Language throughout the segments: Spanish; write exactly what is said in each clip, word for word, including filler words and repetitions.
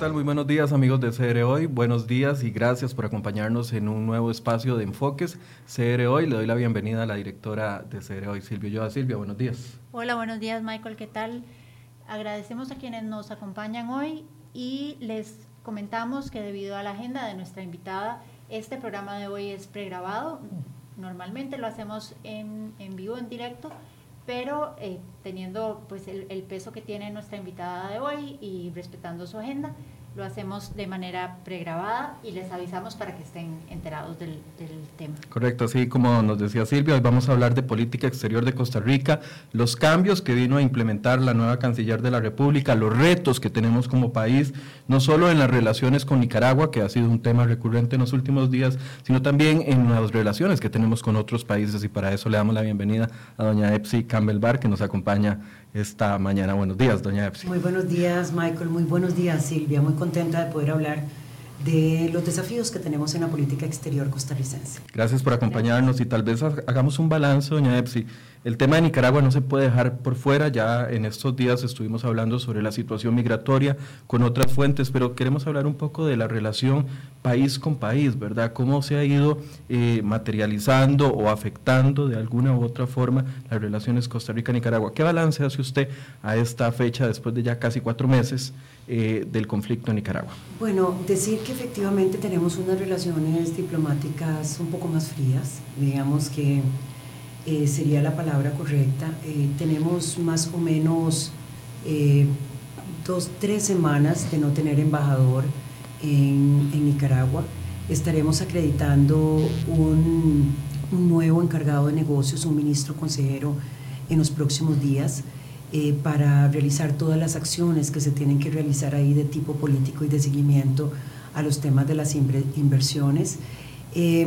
tal? Muy buenos días, amigos de C R Hoy. Buenos días y gracias por acompañarnos en un nuevo espacio de enfoques. C R Hoy, le doy la bienvenida a la directora de C R Hoy, Silvia Ulloa. Silvia, buenos días. Hola, buenos días, Michael. ¿Qué tal? Agradecemos a quienes nos acompañan hoy y les comentamos que debido a la agenda de nuestra invitada, este programa de hoy es pregrabado. Normalmente lo hacemos en, en vivo, en directo, pero eh, teniendo pues el, el peso que tiene nuestra invitada de hoy y respetando su agenda, lo hacemos de manera pregrabada y les avisamos para que estén enterados del, del tema. Correcto, así como nos decía Silvia, hoy vamos a hablar de política exterior de Costa Rica, los cambios que vino a implementar la nueva canciller de la República, los retos que tenemos como país, no solo en las relaciones con Nicaragua, que ha sido un tema recurrente en los últimos días, sino también en las relaciones que tenemos con otros países, y para eso le damos la bienvenida a doña Epsi Campbell Barr, que nos acompaña esta mañana. Buenos días, doña Epsi. Muy buenos días, Michael. Muy buenos días, Silvia. Muy contenta de poder hablar de los desafíos que tenemos en la política exterior costarricense. Gracias por acompañarnos y tal vez hagamos un balance, doña Epsi. El tema de Nicaragua no se puede dejar por fuera, ya en estos días estuvimos hablando sobre la situación migratoria con otras fuentes, pero queremos hablar un poco de la relación país con país, ¿verdad? Cómo se ha ido eh, materializando o afectando de alguna u otra forma las relaciones Costa Rica-Nicaragua. ¿Qué balance hace usted a esta fecha, después de ya casi cuatro meses eh, del conflicto en Nicaragua? Bueno, decir que efectivamente tenemos unas relaciones diplomáticas un poco más frías, digamos que Eh, sería la palabra correcta. Eh, tenemos más o menos eh, dos, tres semanas de no tener embajador en, en Nicaragua. Estaremos acreditando un, un nuevo encargado de negocios, un ministro consejero, en los próximos días eh, para realizar todas las acciones que se tienen que realizar ahí de tipo político y de seguimiento a los temas de las inversiones. Eh,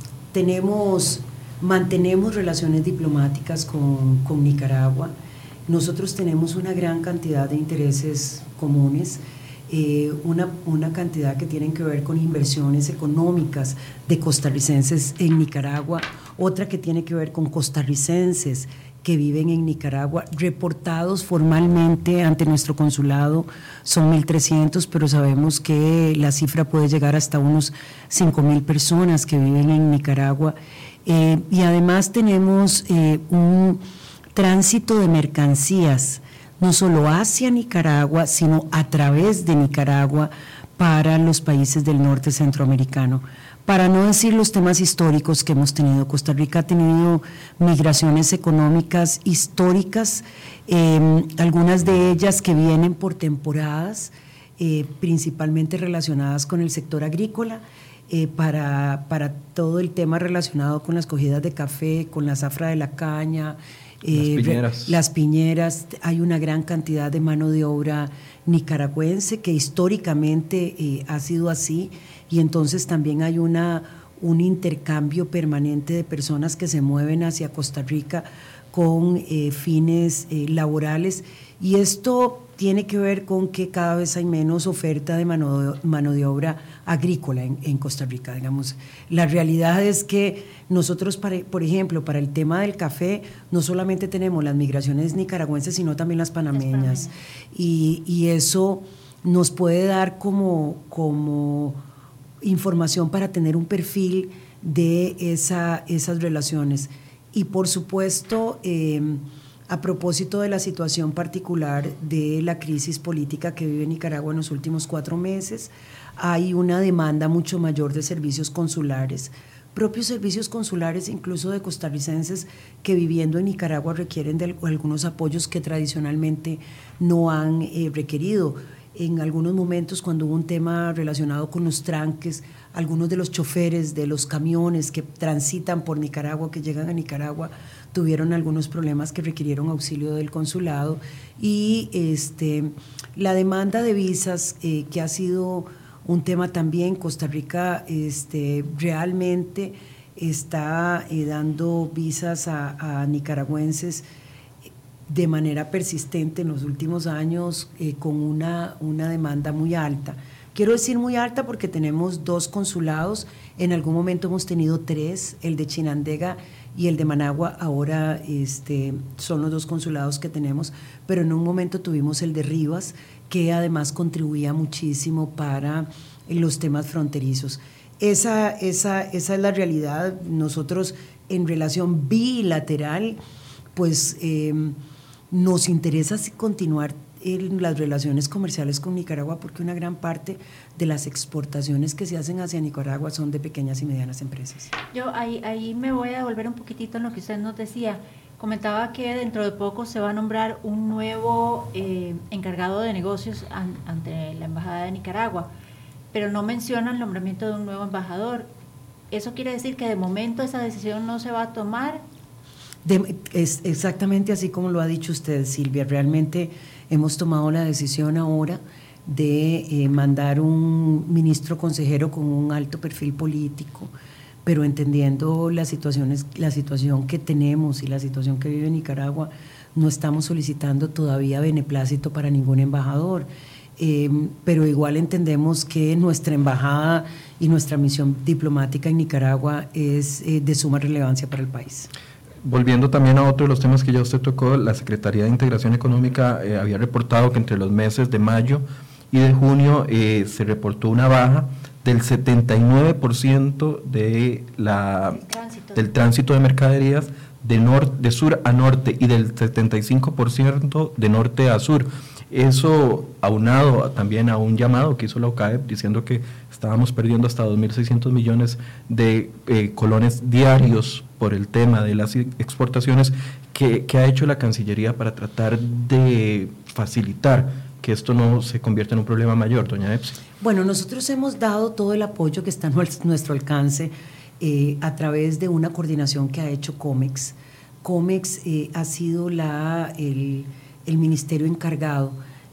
tenemos Mantenemos relaciones diplomáticas con, con Nicaragua. Nosotros tenemos una gran cantidad de intereses comunes, eh, una, una cantidad que tienen que ver con inversiones económicas de costarricenses en Nicaragua, otra que tiene que ver con costarricenses que viven en Nicaragua, reportados formalmente ante nuestro consulado son mil trescientos, pero sabemos que la cifra puede llegar hasta unos cinco mil personas que viven en Nicaragua. Eh, y además tenemos eh, un tránsito de mercancías, no solo hacia Nicaragua, sino a través de Nicaragua para los países del norte centroamericano. Para no decir los temas históricos que hemos tenido, Costa Rica ha tenido migraciones económicas históricas, eh, algunas de ellas que vienen por temporadas, eh, principalmente relacionadas con el sector agrícola, Eh, para, para todo el tema relacionado con las cogidas de café, con la zafra de la caña, eh, las piñeras. Las piñeras. Hay una gran cantidad de mano de obra nicaragüense que históricamente eh, ha sido así, y entonces también hay una, un intercambio permanente de personas que se mueven hacia Costa Rica con eh, fines eh, laborales, y esto tiene que ver con que cada vez hay menos oferta de mano de, mano de obra agrícola en, en Costa Rica, digamos. La realidad es que nosotros, para, por ejemplo, para el tema del café, no solamente tenemos las migraciones nicaragüenses, sino también las panameñas, y, y eso nos puede dar como, como información para tener un perfil de esa, esas relaciones. Y por supuesto, eh, a propósito de la situación particular de la crisis política que vive Nicaragua en los últimos cuatro meses, hay una demanda mucho mayor de servicios consulares, propios servicios consulares incluso de costarricenses que viviendo en Nicaragua requieren de algunos apoyos que tradicionalmente no han eh, requerido. En algunos momentos, cuando hubo un tema relacionado con los tranques, algunos de los choferes de los camiones que transitan por Nicaragua, que llegan a Nicaragua, tuvieron algunos problemas que requirieron auxilio del consulado, y este, la demanda de visas, eh, que ha sido un tema también. Costa Rica este, realmente está eh, dando visas a, a nicaragüenses de manera persistente en los últimos años, eh, con una, una demanda muy alta, Quiero decir muy alta porque tenemos dos consulados, en algún momento hemos tenido tres, el de Chinandega y el de Managua, ahora este, son los dos consulados que tenemos, pero en un momento tuvimos el de Rivas, que además contribuía muchísimo para los temas fronterizos. Esa, esa, esa es la realidad. Nosotros en relación bilateral, pues eh, nos interesa continuar en las relaciones comerciales con Nicaragua porque una gran parte de las exportaciones que se hacen hacia Nicaragua son de pequeñas y medianas empresas. Yo ahí, ahí me voy a devolver un poquitito en lo que usted nos decía. Comentaba que dentro de poco se va a nombrar un nuevo eh, encargado de negocios an, ante la Embajada de Nicaragua, pero no menciona el nombramiento de un nuevo embajador. ¿Eso quiere decir que de momento esa decisión no se va a tomar? De, es exactamente así como lo ha dicho usted, Silvia. Realmente hemos tomado la decisión ahora de eh, mandar un ministro consejero con un alto perfil político, pero entendiendo las situaciones, la situación que tenemos y la situación que vive Nicaragua, no estamos solicitando todavía beneplácito para ningún embajador. Eh, pero igual entendemos que nuestra embajada y nuestra misión diplomática en Nicaragua es eh, de suma relevancia para el país. Volviendo también a otro de los temas que ya usted tocó, la Secretaría de Integración Económica eh, había reportado que entre los meses de mayo y de junio eh, se reportó una baja del setenta y nueve por ciento de la, el tránsito. del tránsito de mercaderías de, nor, de sur a norte y del setenta y cinco por ciento de norte a sur. Eso aunado también a un llamado que hizo la O C A E P diciendo que estábamos perdiendo hasta dos mil seiscientos millones de eh, colones diarios por el tema de las exportaciones, que, que ha hecho la Cancillería para tratar de facilitar que esto no se convierta en un problema mayor, doña Epsi. Bueno, nosotros hemos dado todo el apoyo que está a nuestro alcance eh, a través de una coordinación que ha hecho COMEX. COMEX eh, ha sido la, el, el ministerio encargado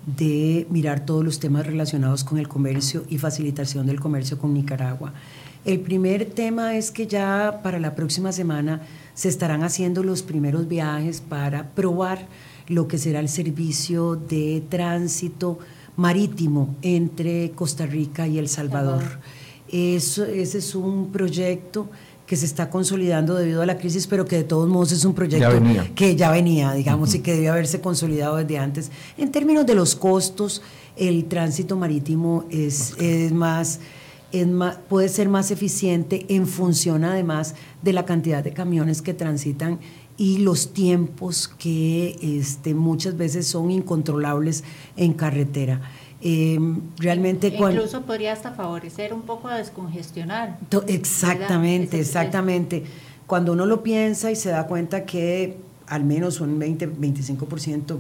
de mirar todos los temas relacionados con el comercio y facilitación del comercio con Nicaragua. El primer tema es que ya para la próxima semana se estarán haciendo los primeros viajes para probar lo que será el servicio de tránsito marítimo entre Costa Rica y El Salvador. Salvador. Eso, ese es un proyecto que se está consolidando debido a la crisis, pero que de todos modos es un proyecto ya que ya venía, digamos, uh-huh. y que debía haberse consolidado desde antes. En términos de los costos, el tránsito marítimo es, okay. es más... Es más, puede ser más eficiente en función además de la cantidad de camiones que transitan y los tiempos que este, muchas veces son incontrolables en carretera. Eh, realmente incluso cuando, podría hasta favorecer un poco a descongestionar. To, exactamente, es, exactamente. Es, cuando uno lo piensa y se da cuenta que al menos un veinte, veinticinco por ciento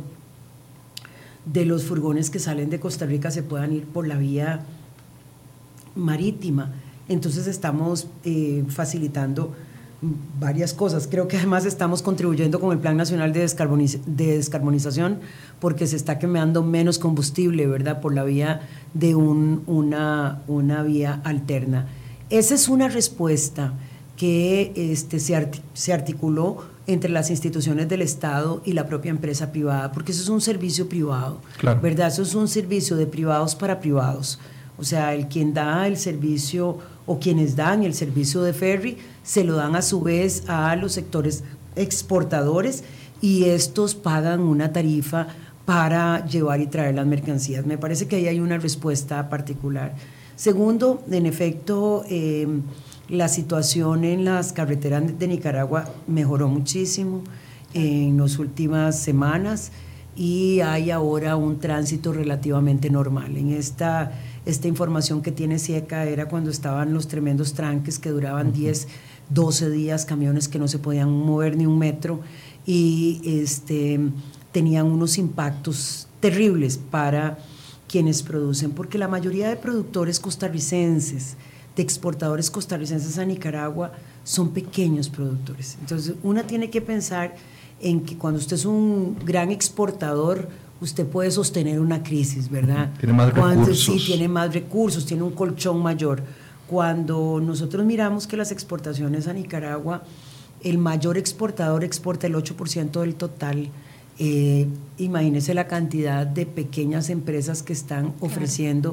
de los furgones que salen de Costa Rica se puedan ir por la vía marítima, entonces estamos eh, facilitando varias cosas. Creo que además estamos contribuyendo con el Plan Nacional de, Descarboniz- de Descarbonización porque se está quemando menos combustible, ¿verdad?, por la vía de un, una, una vía alterna. Esa es una respuesta que este, se, art- se articuló entre las instituciones del Estado y la propia empresa privada, porque eso es un servicio privado, claro. ¿verdad? Eso es un servicio de privados para privados. O sea, el quien da el servicio o quienes dan el servicio de ferry se lo dan a su vez a los sectores exportadores y estos pagan una tarifa para llevar y traer las mercancías. Me parece que ahí hay una respuesta particular. Segundo, en efecto, eh, la situación en las carreteras de Nicaragua mejoró muchísimo en las últimas semanas y hay ahora un tránsito relativamente normal. En esta Esta información que tiene SIECA era cuando estaban los tremendos tranques que duraban diez, doce días, camiones que no se podían mover ni un metro y este, tenían unos impactos terribles para quienes producen, porque la mayoría de productores costarricenses, de exportadores costarricenses a Nicaragua, son pequeños productores. Entonces, una tiene que pensar en que cuando usted es un gran exportador, usted puede sostener una crisis, ¿verdad? Tiene más Cuando, recursos. Sí, tiene más recursos, tiene un colchón mayor. Cuando nosotros miramos que las exportaciones a Nicaragua, el mayor exportador exporta el ocho por ciento del total, eh, imagínese la cantidad de pequeñas empresas que están ofreciendo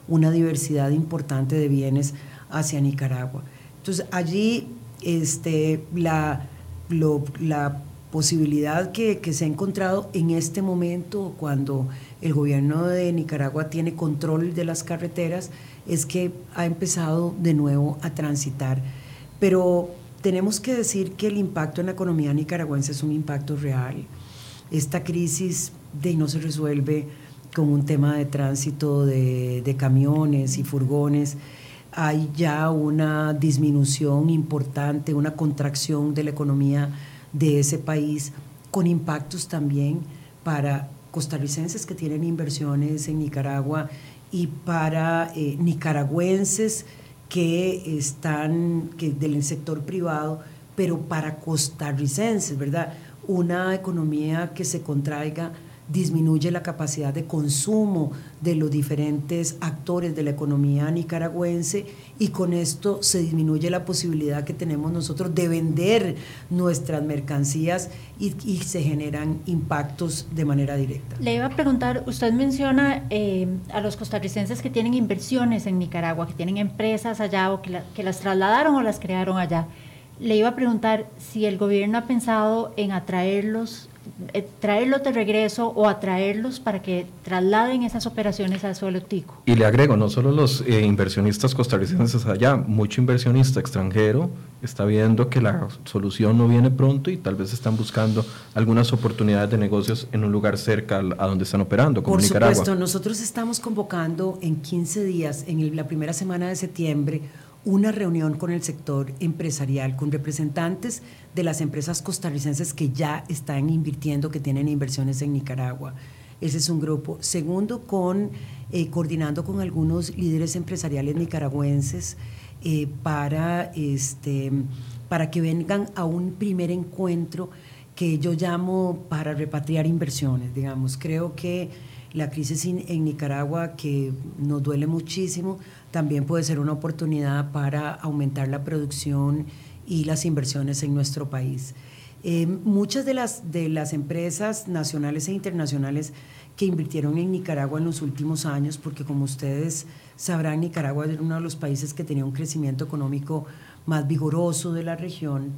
una diversidad importante de bienes hacia Nicaragua. Entonces allí este, la, lo, la posibilidad que, que se ha encontrado en este momento, cuando el gobierno de Nicaragua tiene control de las carreteras, es que ha empezado de nuevo a transitar. Pero tenemos que decir que el impacto en la economía nicaragüense es un impacto real. Esta crisis de no se resuelve con un tema de tránsito de, de camiones y furgones. Hay ya una disminución importante, una contracción de la economía de ese país, con impactos también para costarricenses que tienen inversiones en Nicaragua y para eh, nicaragüenses que están que del sector privado, pero para costarricenses, ¿verdad? Una economía que se contraiga disminuye la capacidad de consumo de los diferentes actores de la economía nicaragüense, y con esto se disminuye la posibilidad que tenemos nosotros de vender nuestras mercancías y, y se generan impactos de manera directa. Le iba a preguntar, usted menciona eh, a los costarricenses que tienen inversiones en Nicaragua, que tienen empresas allá o que, la, que las trasladaron o las crearon allá. Le iba a preguntar si el gobierno ha pensado en atraerlos, eh, traerlos de regreso o atraerlos para que trasladen esas operaciones al suelo tico. Y le agrego, no solo los eh, inversionistas costarricenses allá, mucho inversionista extranjero está viendo que la solución no viene pronto y tal vez están buscando algunas oportunidades de negocios en un lugar cerca a donde están operando, como Por Nicaragua. Por supuesto, nosotros estamos convocando en quince días, en el, la primera semana de septiembre, una reunión con el sector empresarial, con representantes de las empresas costarricenses que ya están invirtiendo, que tienen inversiones en Nicaragua. Ese es un grupo. Segundo, con, eh, coordinando con algunos líderes empresariales nicaragüenses eh, para, este, para que vengan a un primer encuentro que yo llamo para repatriar inversiones, digamos. Creo que la crisis en Nicaragua, que nos duele muchísimo, también puede ser una oportunidad para aumentar la producción y las inversiones en nuestro país. Eh, muchas de las, de las empresas nacionales e internacionales que invirtieron en Nicaragua en los últimos años, porque como ustedes sabrán, Nicaragua era uno de los países que tenía un crecimiento económico más vigoroso de la región,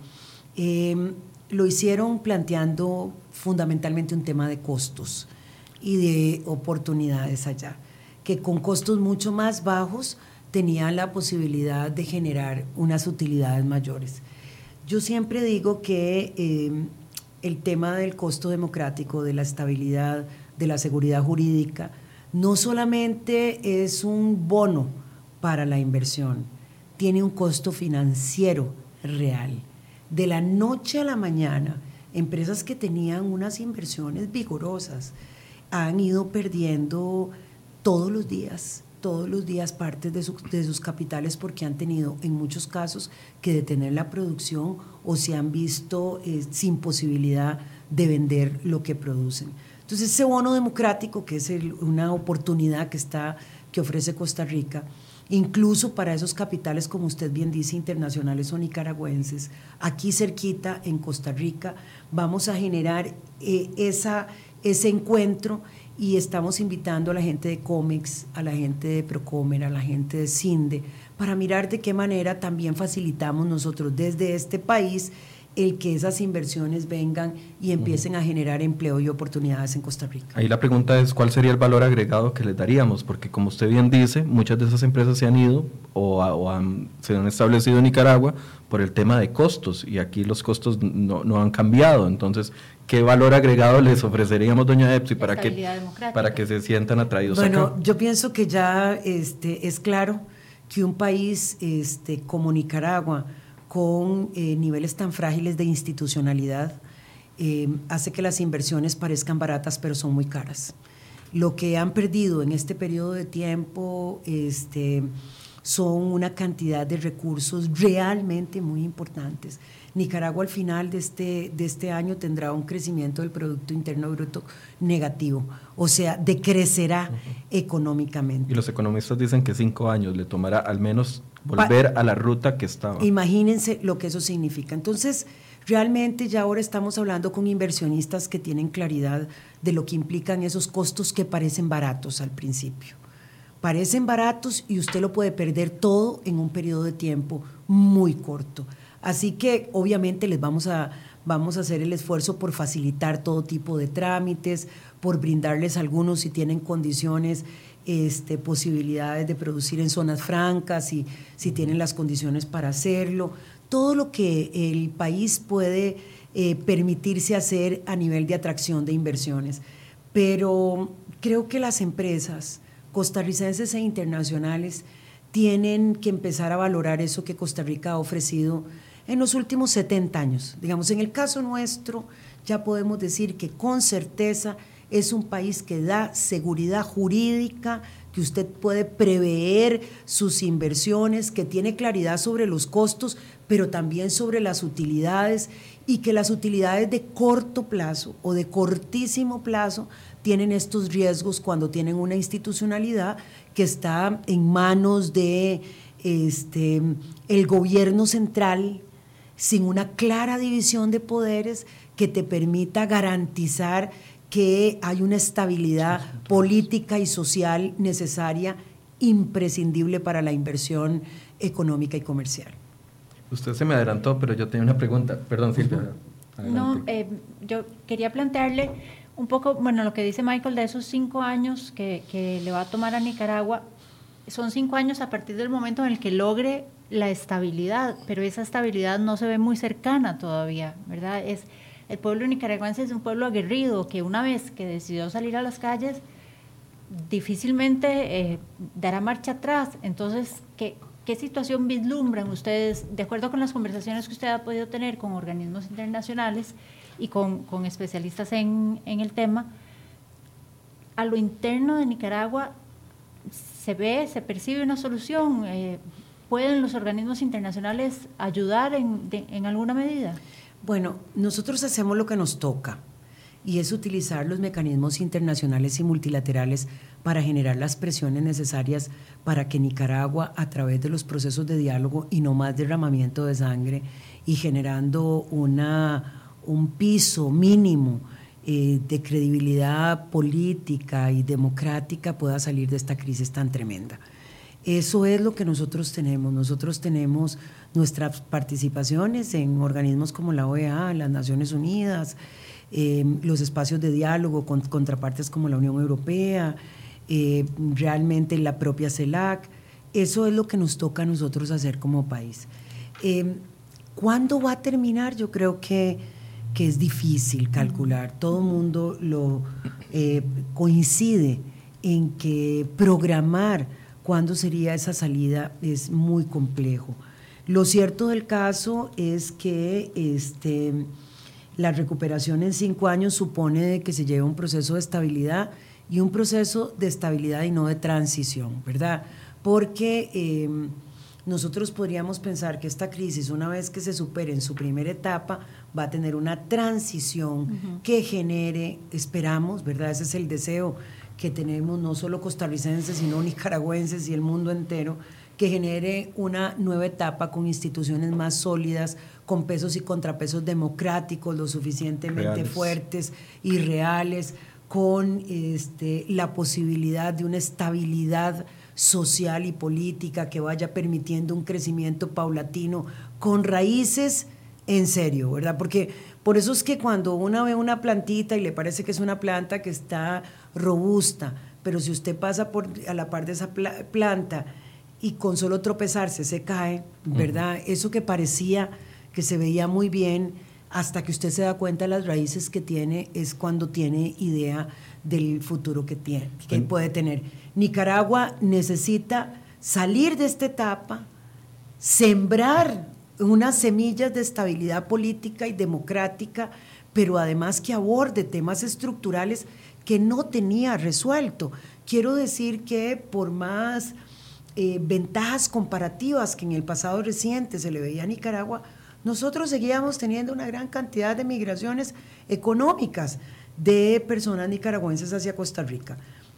eh, lo hicieron planteando fundamentalmente un tema de costos y de oportunidades allá, que con costos mucho más bajos tenían la posibilidad de generar unas utilidades mayores. Yo siempre digo que eh, el tema del costo democrático, de la estabilidad, de la seguridad jurídica, no solamente es un bono para la inversión, tiene un costo financiero real. De la noche a la mañana, empresas que tenían unas inversiones vigorosas han ido perdiendo todos los días, todos los días partes de, su, de sus capitales, porque han tenido en muchos casos que detener la producción o se han visto eh, sin posibilidad de vender lo que producen. Entonces ese bono democrático, que es el, una oportunidad que, está, que ofrece Costa Rica, incluso para esos capitales, como usted bien dice, internacionales o nicaragüenses, aquí cerquita en Costa Rica vamos a generar eh, esa, ese encuentro, y estamos invitando a la gente de Comex, a la gente de Procomer, a la gente de CINDE, para mirar de qué manera también facilitamos nosotros desde este país el que esas inversiones vengan y empiecen a generar empleo y oportunidades en Costa Rica. Ahí la pregunta es, ¿cuál sería el valor agregado que les daríamos? Porque como usted bien dice, muchas de esas empresas se han ido o, a, o han, se han establecido en Nicaragua por el tema de costos, y aquí los costos no, no han cambiado. Entonces, ¿qué valor agregado les ofreceríamos, doña Epsi, para que, para que se sientan atraídos bueno, acá? Bueno, yo pienso que ya este, es claro que un país este, como Nicaragua, con eh, niveles tan frágiles de institucionalidad, eh, hace que las inversiones parezcan baratas, pero son muy caras. Lo que han perdido en este periodo de tiempo este, son una cantidad de recursos realmente muy importantes. Nicaragua al final de este, de este año tendrá un crecimiento del Producto Interno Bruto negativo, o sea, decrecerá uh-huh. económicamente. Y los economistas dicen que cinco años le tomará al menos volver pa- a la ruta que estaba. Imagínense lo que eso significa. Entonces, realmente ya ahora estamos hablando con inversionistas que tienen claridad de lo que implican esos costos que parecen baratos al principio. parecen baratos y usted lo puede perder todo en un periodo de tiempo muy corto. Así que obviamente les vamos a, vamos a hacer el esfuerzo por facilitar todo tipo de trámites, por brindarles algunos, si tienen condiciones, este, posibilidades de producir en zonas francas, y si tienen las condiciones para hacerlo, todo lo que el país puede eh, permitirse hacer a nivel de atracción de inversiones. Pero creo que las empresas costarricenses e internacionales tienen que empezar a valorar eso que Costa Rica ha ofrecido en los últimos setenta años. Digamos, en el caso nuestro, ya podemos decir que con certeza es un país que da seguridad jurídica, que usted puede prever sus inversiones, que tiene claridad sobre los costos, pero también sobre las utilidades, y que las utilidades de corto plazo o de cortísimo plazo tienen estos riesgos cuando tienen una institucionalidad que está en manos de este, el gobierno central, sin una clara división de poderes que te permita garantizar que hay una estabilidad política y social necesaria, imprescindible para la inversión económica y comercial. Usted se me adelantó, pero yo tenía una pregunta. Perdón, Silvia. Adelante. No, eh, yo quería plantearle un poco, bueno, lo que dice Michael de esos cinco años que, que le va a tomar a Nicaragua. Son cinco años a partir del momento en el que logre la estabilidad, pero esa estabilidad no se ve muy cercana todavía, ¿verdad? Es, el pueblo nicaragüense es un pueblo aguerrido que una vez que decidió salir a las calles, difícilmente eh, dará marcha atrás. Entonces, ¿qué, ¿qué situación vislumbran ustedes, de acuerdo con las conversaciones que usted ha podido tener con organismos internacionales y con, con especialistas en, en el tema? A lo interno de Nicaragua, ¿se ve, se percibe una solución? Eh, ¿Pueden los organismos internacionales ayudar en, de, en alguna medida? Bueno, nosotros hacemos lo que nos toca, y es utilizar los mecanismos internacionales y multilaterales para generar las presiones necesarias para que Nicaragua, a través de los procesos de diálogo y no más derramamiento de sangre, y generando una, un piso mínimo eh, de credibilidad política y democrática, pueda salir de esta crisis tan tremenda. Eso es lo que nosotros tenemos. Nosotros tenemos nuestras participaciones en organismos como la O E A, las Naciones Unidas, eh, los espacios de diálogo con contrapartes como la Unión Europea, eh, realmente la propia CELAC. Eso es lo que nos toca a nosotros hacer como país. Eh, ¿Cuándo va a terminar? Yo creo que, que es difícil calcular. Todo el mundo lo eh, coincide en que programar cuándo sería esa salida es muy complejo. Lo cierto del caso es que este, la recuperación en cinco años supone que se lleve un proceso de estabilidad, y un proceso de estabilidad y no de transición, ¿verdad? Porque eh, nosotros podríamos pensar que esta crisis, una vez que se supere en su primera etapa, va a tener una transición uh-huh. que genere, esperamos, ¿verdad? Ese es el deseo que tenemos, no solo costarricenses, sino nicaragüenses y el mundo entero, que genere una nueva etapa con instituciones más sólidas, con pesos y contrapesos democráticos lo suficientemente reales. fuertes y reales, con este, la posibilidad de una estabilidad social y política que vaya permitiendo un crecimiento paulatino con raíces en serio, ¿verdad? Porque por eso es que cuando uno ve una plantita y le parece que es una planta que está robusta, pero si usted pasa por a la par de esa pla- planta y con solo tropezarse se cae, ¿verdad? Uh-huh. Eso que parecía que se veía muy bien, hasta que usted se da cuenta de las raíces que tiene, es cuando tiene idea del futuro que tiene, que sí. puede tener. Nicaragua necesita salir de esta etapa, sembrar unas semillas de estabilidad política y democrática, pero además que aborde temas estructurales que no tenía resuelto. Quiero decir que por más eh, ventajas comparativas que en el pasado reciente se le veía a Nicaragua, nosotros seguíamos teniendo una gran cantidad de migraciones económicas de personas nicaragüenses hacia Costa Rica.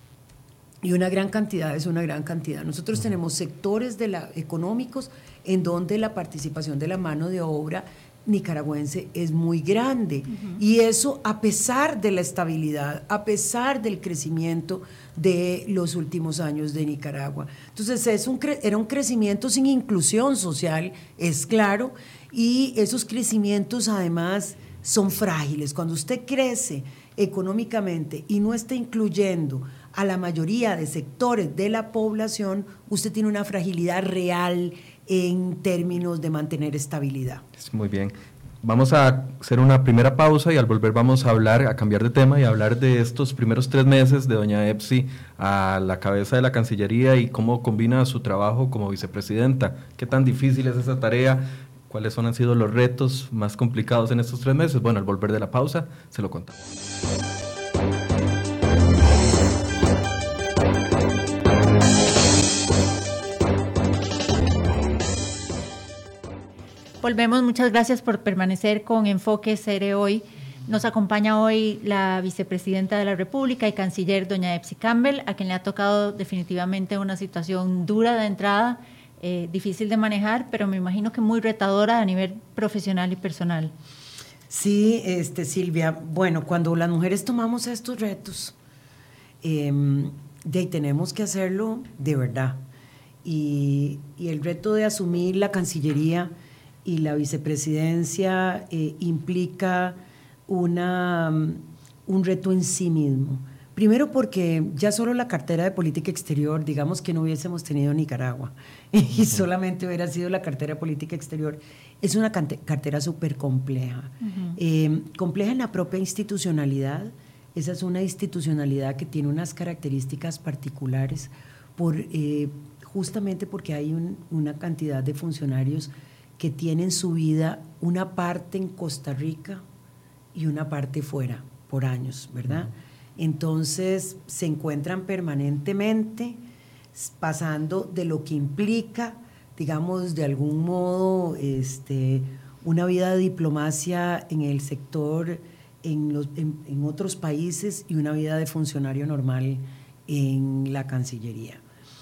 Y una gran cantidad es una gran cantidad. Nosotros tenemos sectores de la, económicos en donde la participación de la mano de obra nicaragüense es muy grande. Uh-huh. Y eso a pesar de la estabilidad, a pesar del crecimiento de los últimos años de Nicaragua. Entonces es un cre- era un crecimiento sin inclusión social, es claro, y esos crecimientos además son frágiles. Cuando usted crece económicamente y no está incluyendo a la mayoría de sectores de la población, usted tiene una fragilidad real en términos de mantener estabilidad. Muy bien. Vamos a hacer una primera pausa y al volver vamos a hablar, a cambiar de tema y a hablar de estos primeros tres meses de doña Epsi a la cabeza de la Cancillería y cómo combina su trabajo como vicepresidenta. ¿Qué tan difícil es esa tarea? ¿Cuáles son, han sido los retos más complicados en estos tres meses? Bueno, al volver de la pausa se lo contamos. Volvemos, muchas gracias por permanecer con Enfoque C R hoy. Nos acompaña hoy la vicepresidenta de la República y canciller doña Epsi Campbell, a quien le ha tocado definitivamente una situación dura de entrada, eh, difícil de manejar, pero me imagino que muy retadora a nivel profesional y personal. Sí, este, Silvia, bueno, cuando las mujeres tomamos estos retos, eh, de ahí tenemos que hacerlo de verdad. Y, y el reto de asumir la Cancillería y la vicepresidencia eh, implica una, un reto en sí mismo. Primero porque ya solo la cartera de política exterior, digamos que no hubiésemos tenido Nicaragua y solamente hubiera sido la cartera de política exterior, es una cartera súper compleja. Uh-huh. Eh, compleja en la propia institucionalidad. Esa es una institucionalidad que tiene unas características particulares por, eh, justamente porque hay un, una cantidad de funcionarios que tienen su vida una parte en Costa Rica y una parte fuera por años, ¿verdad? Entonces se encuentran permanentemente pasando de lo que implica, digamos, de algún modo, este, una vida de diplomacia en el sector, en, los, en, en otros países y una vida de funcionario normal en la Cancillería.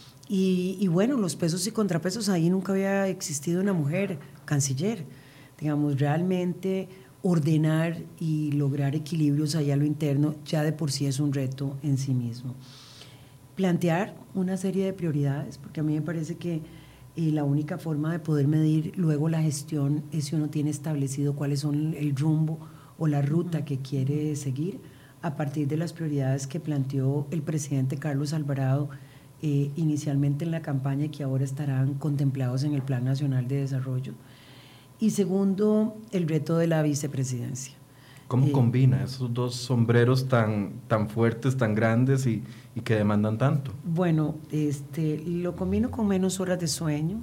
Y, y bueno, los pesos y contrapesos, ahí nunca había existido una mujer canciller. Digamos, realmente ordenar y lograr equilibrios allá a lo interno ya de por sí es un reto en sí mismo. Plantear una serie de prioridades, porque a mí me parece que eh, la única forma de poder medir luego la gestión es si uno tiene establecido cuáles son el rumbo o la ruta que quiere seguir a partir de las prioridades que planteó el presidente Carlos Alvarado Eh, inicialmente en la campaña y que ahora estarán contemplados en el Plan Nacional de Desarrollo. Y segundo, el reto de la vicepresidencia. ¿Cómo eh, combina esos dos sombreros tan, tan fuertes, tan grandes y, y que demandan tanto? Bueno, este, lo combino con menos horas de sueño.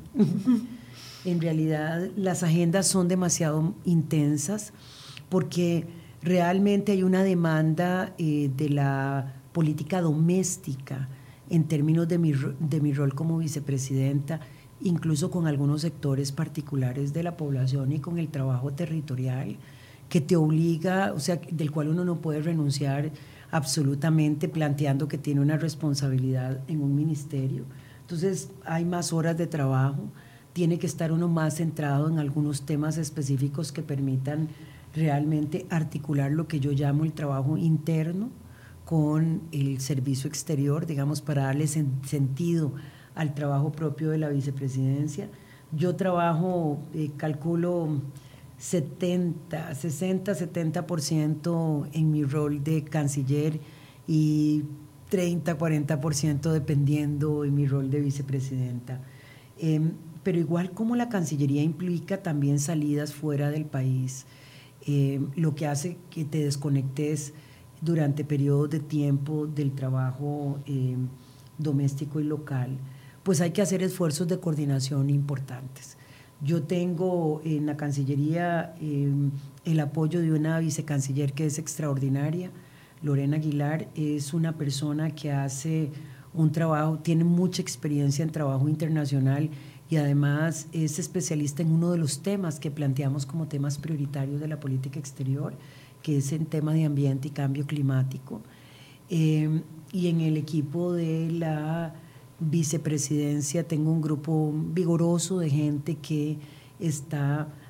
En realidad las agendas son demasiado intensas porque realmente hay una demanda eh, de la política doméstica en términos de mi, de mi rol como vicepresidenta, incluso con algunos sectores particulares de la población y con el trabajo territorial que te obliga, o sea, del cual uno no puede renunciar absolutamente, planteando que tiene una responsabilidad en un ministerio. Entonces hay más horas de trabajo, tiene que estar uno más centrado en algunos temas específicos que permitan realmente articular lo que yo llamo el trabajo interno con el servicio exterior, digamos, para darle sen- sentido al trabajo propio de la vicepresidencia. Yo trabajo, eh, calculo, setenta, sesenta, setenta por ciento en mi rol de canciller y treinta, cuarenta por ciento dependiendo en mi rol de vicepresidenta. Eh, pero igual como la Cancillería implica también salidas fuera del país, eh, lo que hace que te desconectes durante periodos de tiempo del trabajo eh, doméstico y local, pues hay que hacer esfuerzos de coordinación importantes. Yo tengo en la Cancillería eh, el apoyo de una vicecanciller que es extraordinaria. Lorena Aguilar es una persona que hace un trabajo, tiene mucha experiencia en trabajo internacional y además es especialista en uno de los temas que planteamos como temas prioritarios de la política exterior, que es en tema de ambiente y cambio climático. Eh, y en el equipo de la vicepresidencia tengo un grupo vigoroso de gente que está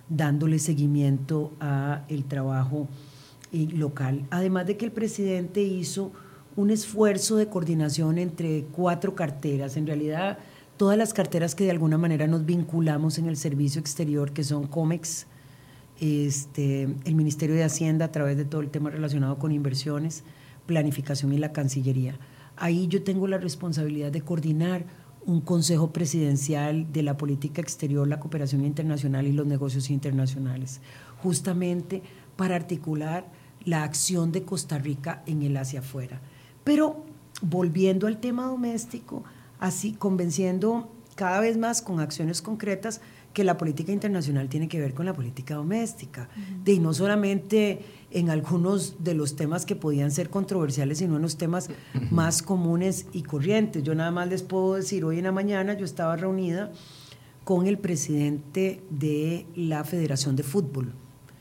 dándole seguimiento a el trabajo eh, local. Además de que el presidente hizo un esfuerzo de coordinación entre cuatro carteras, en realidad todas las carteras que de alguna manera nos vinculamos en el servicio exterior, que son COMEX, este, el Ministerio de Hacienda a través de todo el tema relacionado con inversiones, planificación y la Cancillería. Ahí yo tengo la responsabilidad de coordinar un consejo presidencial de la política exterior, la cooperación internacional y los negocios internacionales, justamente para articular la acción de Costa Rica en el hacia afuera. Pero volviendo al tema doméstico, así convenciendo cada vez más con acciones concretas que la política internacional tiene que ver con la política doméstica, uh-huh. de, y no solamente en algunos de los temas que podían ser controversiales, sino en los temas uh-huh. más comunes y corrientes. Yo nada más les puedo decir, hoy en la mañana yo estaba reunida con el presidente de la Federación de Fútbol,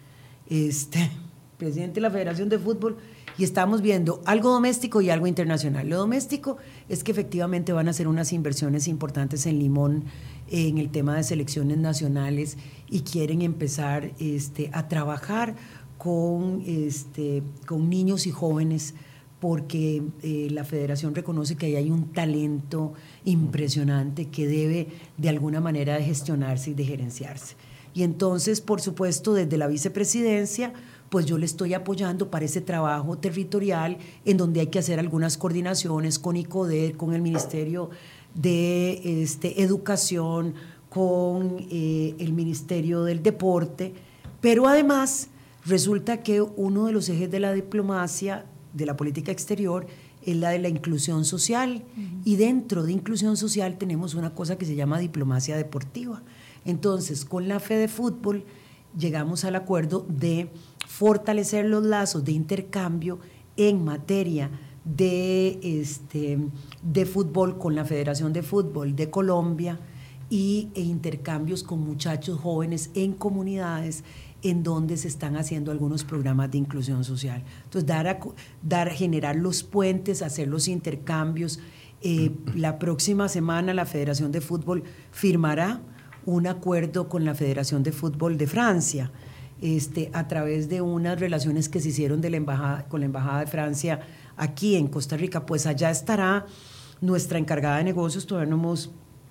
este, presidente de la Federación de Fútbol, y estamos viendo algo doméstico y algo internacional. Lo doméstico es que efectivamente van a hacer unas inversiones importantes en Limón, eh, en el tema de selecciones nacionales, y quieren empezar este, a trabajar con, este, con niños y jóvenes, porque eh, la federación reconoce que ahí hay un talento impresionante que debe de alguna manera de gestionarse y de gerenciarse. Y entonces, por supuesto, desde la vicepresidencia, pues yo le estoy apoyando para ese trabajo territorial en donde hay que hacer algunas coordinaciones con ICODER, con el Ministerio de este, Educación, con eh, el Ministerio del Deporte, pero además resulta que uno de los ejes de la diplomacia, de la política exterior, es la de la inclusión social, uh-huh. y dentro de inclusión social tenemos una cosa que se llama diplomacia deportiva. Entonces, con la FEDEFútbol llegamos al acuerdo de fortalecer los lazos de intercambio en materia de, este, de fútbol con la Federación de Fútbol de Colombia y e intercambios con muchachos jóvenes en comunidades en donde se están haciendo algunos programas de inclusión social. Entonces, dar a, dar, generar los puentes, hacer los intercambios. Eh, la próxima semana la Federación de Fútbol firmará un acuerdo con la Federación de Fútbol de Francia, este, a través de unas relaciones que se hicieron de la embajada, con la Embajada de Francia aquí en Costa Rica. Pues allá estará nuestra encargada de negocios, todavía no, hemos,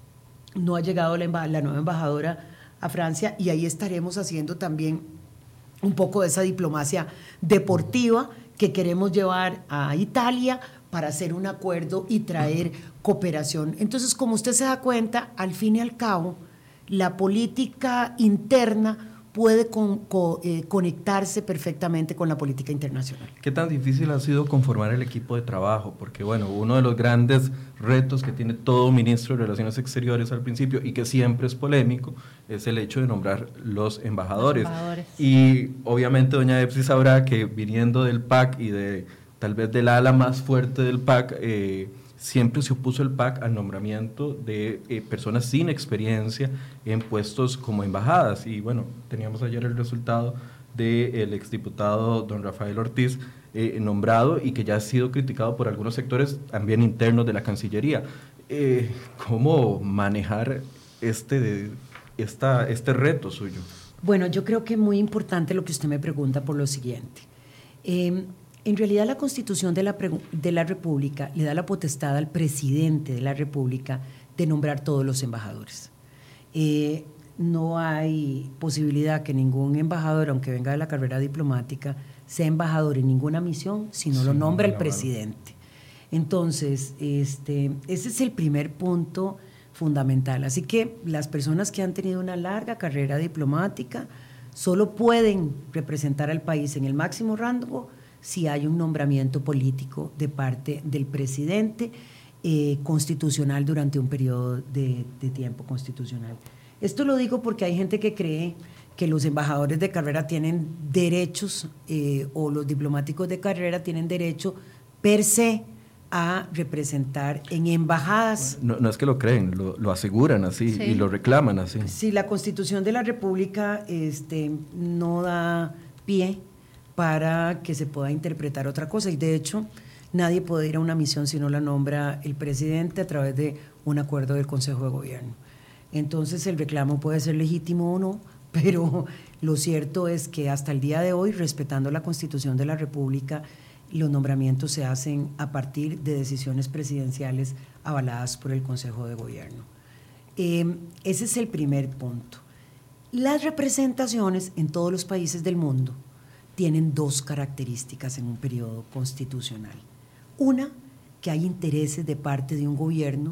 no ha llegado la, la nueva embajadora a Francia, y ahí estaremos haciendo también un poco de esa diplomacia deportiva que queremos llevar a Italia para hacer un acuerdo y traer cooperación. Entonces, como usted se da cuenta, al fin y al cabo, la política interna puede con, con, eh, conectarse perfectamente con la política internacional. ¿Qué tan difícil ha sido conformar el equipo de trabajo? Porque, bueno, uno de los grandes retos que tiene todo ministro de Relaciones Exteriores al principio, y que siempre es polémico, es el hecho de nombrar los embajadores. Los embajadores. Y obviamente doña Epsi sabrá que viniendo del P A C y de tal vez del ala más fuerte del P A C, eh, siempre se opuso el P A C al nombramiento de eh, personas sin experiencia en puestos como embajadas. Y bueno, teníamos ayer el resultado del exdiputado don Rafael Ortiz, eh, nombrado, y que ya ha sido criticado por algunos sectores también internos de la Cancillería. Eh, ¿Cómo manejar este, de, esta, este reto suyo? Bueno, yo creo que es muy importante lo que usted me pregunta por lo siguiente. Eh, En realidad, la Constitución de la, de la República le da la potestad al presidente de la República de nombrar todos los embajadores. Eh, no hay posibilidad que ningún embajador, aunque venga de la carrera diplomática, sea embajador en ninguna misión si no sí, lo nombra el presidente. Entonces, este, ese es el primer punto fundamental. Así que las personas que han tenido una larga carrera diplomática solo pueden representar al país en el máximo rango si hay un nombramiento político de parte del presidente eh, constitucional durante un periodo de, de tiempo constitucional. Esto lo digo porque hay gente que cree que los embajadores de carrera tienen derechos eh, o los diplomáticos de carrera tienen derecho per se a representar en embajadas. No, no es que lo creen, lo, lo aseguran así, sí, y lo reclaman así. Sí, la Constitución de la República este, no da pie para que se pueda interpretar otra cosa, y de hecho nadie puede ir a una misión si no la nombra el presidente a través de un acuerdo del Consejo de Gobierno. Entonces el reclamo puede ser legítimo o no, pero lo cierto es que hasta el día de hoy, respetando la Constitución de la República, los nombramientos se hacen a partir de decisiones presidenciales avaladas por el Consejo de Gobierno. Eh, ese es el primer punto. Las representaciones en todos los países del mundo tienen dos características en un periodo constitucional. Una, que hay intereses de parte de un gobierno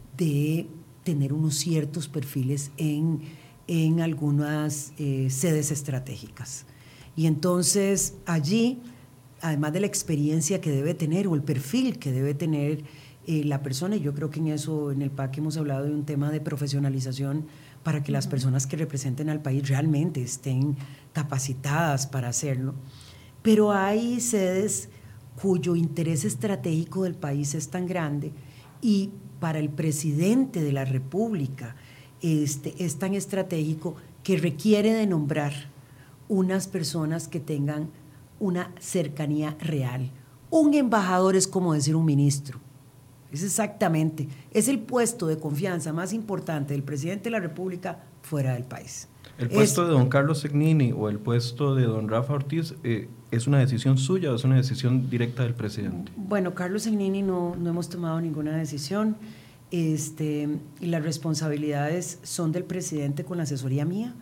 de tener unos ciertos perfiles en, en algunas eh, sedes estratégicas. Y entonces allí, además de la experiencia que debe tener o el perfil que debe tener eh, la persona, y yo creo que en eso, en el P A C hemos hablado de un tema de profesionalización para que las personas que representen al país realmente estén capacitadas para hacerlo, pero hay sedes cuyo interés estratégico del país es tan grande y para el presidente de la República este, es tan estratégico que requiere de nombrar unas personas que tengan una cercanía real. Un embajador es como decir un ministro. Es exactamente, es el puesto de confianza más importante del presidente de la República fuera del país. ¿El puesto es, de don Carlos Segnini o el puesto de don Rafa Ortiz eh, es una decisión suya o es una decisión directa del presidente? Bueno, Carlos Segnini no, no hemos tomado ninguna decisión este, y las responsabilidades son del presidente con la asesoría mía.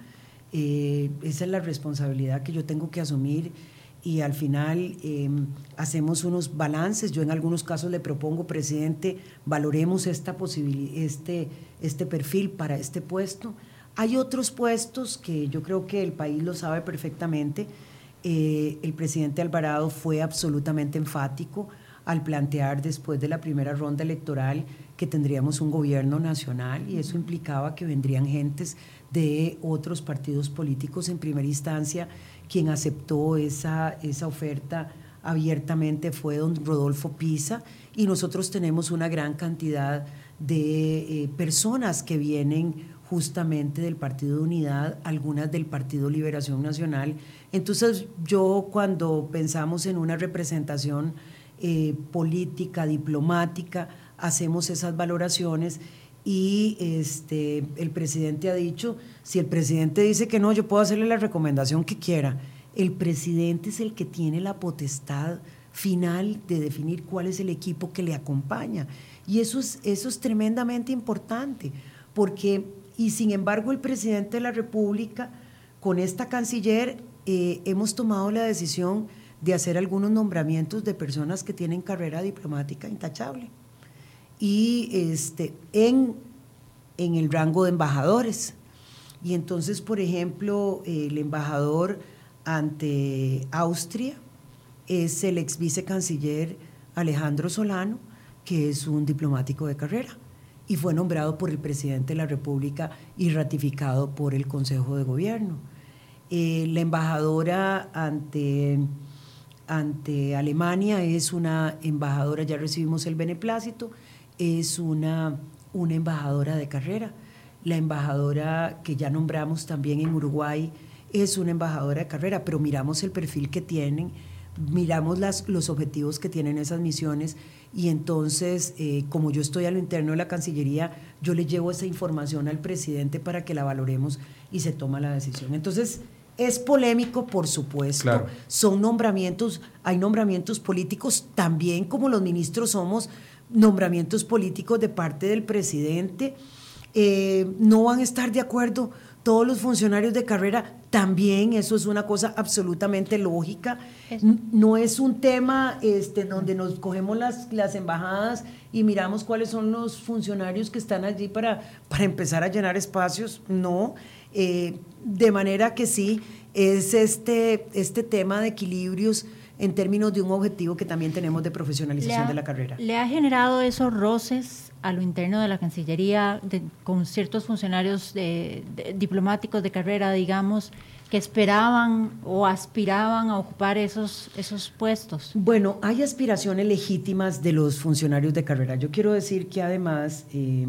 Eh, esa es la responsabilidad que yo tengo que asumir y al final eh, hacemos unos balances. Yo en algunos casos le propongo, presidente, valoremos esta posibilidad, este, este perfil para este puesto. Hay otros puestos que yo creo que el país lo sabe perfectamente. Eh, el presidente Alvarado fue absolutamente enfático al plantear después de la primera ronda electoral que tendríamos un gobierno nacional y eso implicaba que vendrían gentes de otros partidos políticos en primera instancia. Quien aceptó esa, esa oferta abiertamente fue don Rodolfo Pisa y nosotros tenemos una gran cantidad de eh, personas que vienen justamente del Partido de Unidad, algunas del Partido Liberación Nacional. Entonces yo cuando pensamos en una representación eh, política, diplomática, hacemos esas valoraciones y este, el presidente ha dicho, si el presidente dice que no, yo puedo hacerle la recomendación que quiera. El presidente es el que tiene la potestad final de definir cuál es el equipo que le acompaña. Y eso es, eso es tremendamente importante, porque, y sin embargo, el presidente de la República, con esta canciller, eh, hemos tomado la decisión de hacer algunos nombramientos de personas que tienen carrera diplomática intachable. Y este, en, en el rango de embajadores. Y entonces, por ejemplo, el embajador ante Austria es el ex vicecanciller Alejandro Solano, que es un diplomático de carrera y fue nombrado por el presidente de la República y ratificado por el Consejo de Gobierno. Eh, la embajadora ante, ante Alemania es una embajadora, ya recibimos el beneplácito, es una, una embajadora de carrera. La embajadora que ya nombramos también en Uruguay es una embajadora de carrera, pero miramos el perfil que tienen, miramos las, los objetivos que tienen esas misiones y entonces, eh, como yo estoy a lo interno de la Cancillería, yo le llevo esa información al presidente para que la valoremos y se toma la decisión. Entonces, es polémico, por supuesto, claro. Son nombramientos, hay nombramientos políticos, también como los ministros somos nombramientos políticos de parte del presidente. Eh, no van a estar de acuerdo todos los funcionarios de carrera, también eso es una cosa absolutamente lógica. Es. No es un tema este, donde nos cogemos las, las embajadas y miramos cuáles son los funcionarios que están allí para, para empezar a llenar espacios, no. Eh, de manera que sí, es este, este tema de equilibrios en términos de un objetivo que también tenemos de profesionalización ha, de la carrera. ¿Le ha generado esos roces a lo interno de la Cancillería de, con ciertos funcionarios de, de, diplomáticos de carrera, digamos, que esperaban o aspiraban a ocupar esos, esos puestos? Bueno, hay aspiraciones legítimas de los funcionarios de carrera. Yo quiero decir que además eh,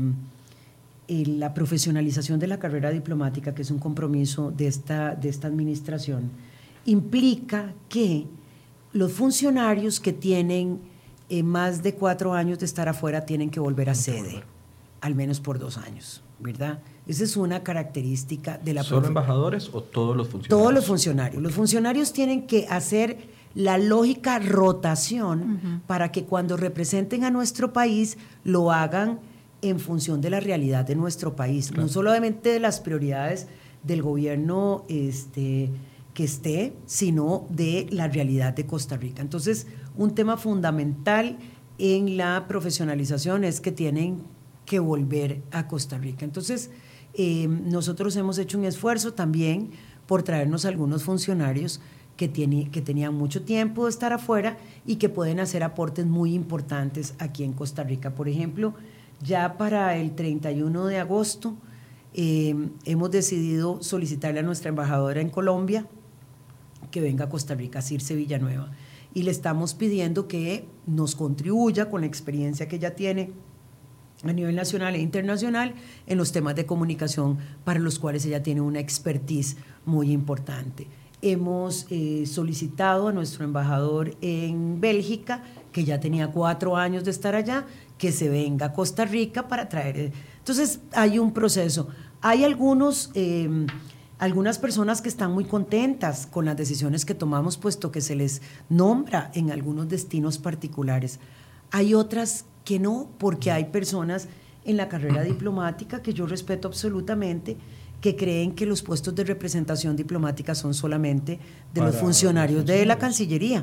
eh, la profesionalización de la carrera diplomática, que es un compromiso de esta, de esta administración, implica que los funcionarios que tienen eh, más de cuatro años de estar afuera tienen que volver a sede, al menos por dos años. ¿verdad? Esa es una característica de la ¿Solo embajadores o todos los funcionarios? Todos los funcionarios. Los funcionarios tienen que hacer la lógica rotación uh-huh. para que cuando representen a nuestro país lo hagan en función de la realidad de nuestro país, claro. No solamente de las prioridades del gobierno este, que esté, sino de la realidad de Costa Rica. Entonces, un tema fundamental en la profesionalización es que tienen que volver a Costa Rica. Entonces, eh, nosotros hemos hecho un esfuerzo también por traernos algunos funcionarios que, tiene, que tenían mucho tiempo de estar afuera y que pueden hacer aportes muy importantes aquí en Costa Rica. Por ejemplo, ya para el treinta y uno de agosto eh, hemos decidido solicitarle a nuestra embajadora en Colombia que venga a Costa Rica, Circe Villanueva, y le estamos pidiendo que nos contribuya con la experiencia que ella tiene a nivel nacional e internacional en los temas de comunicación para los cuales ella tiene una expertise muy importante. Hemos eh, solicitado a nuestro embajador en Bélgica, que ya tenía cuatro años de estar allá, que se venga a Costa Rica para traer. Entonces hay un proceso. Hay algunos, eh, algunas personas que están muy contentas con las decisiones que tomamos, puesto que se les nombra en algunos destinos particulares. Hay otras que no, porque hay personas en la carrera diplomática que yo respeto absolutamente, que creen que los puestos de representación diplomática son solamente de los funcionarios de la Cancillería.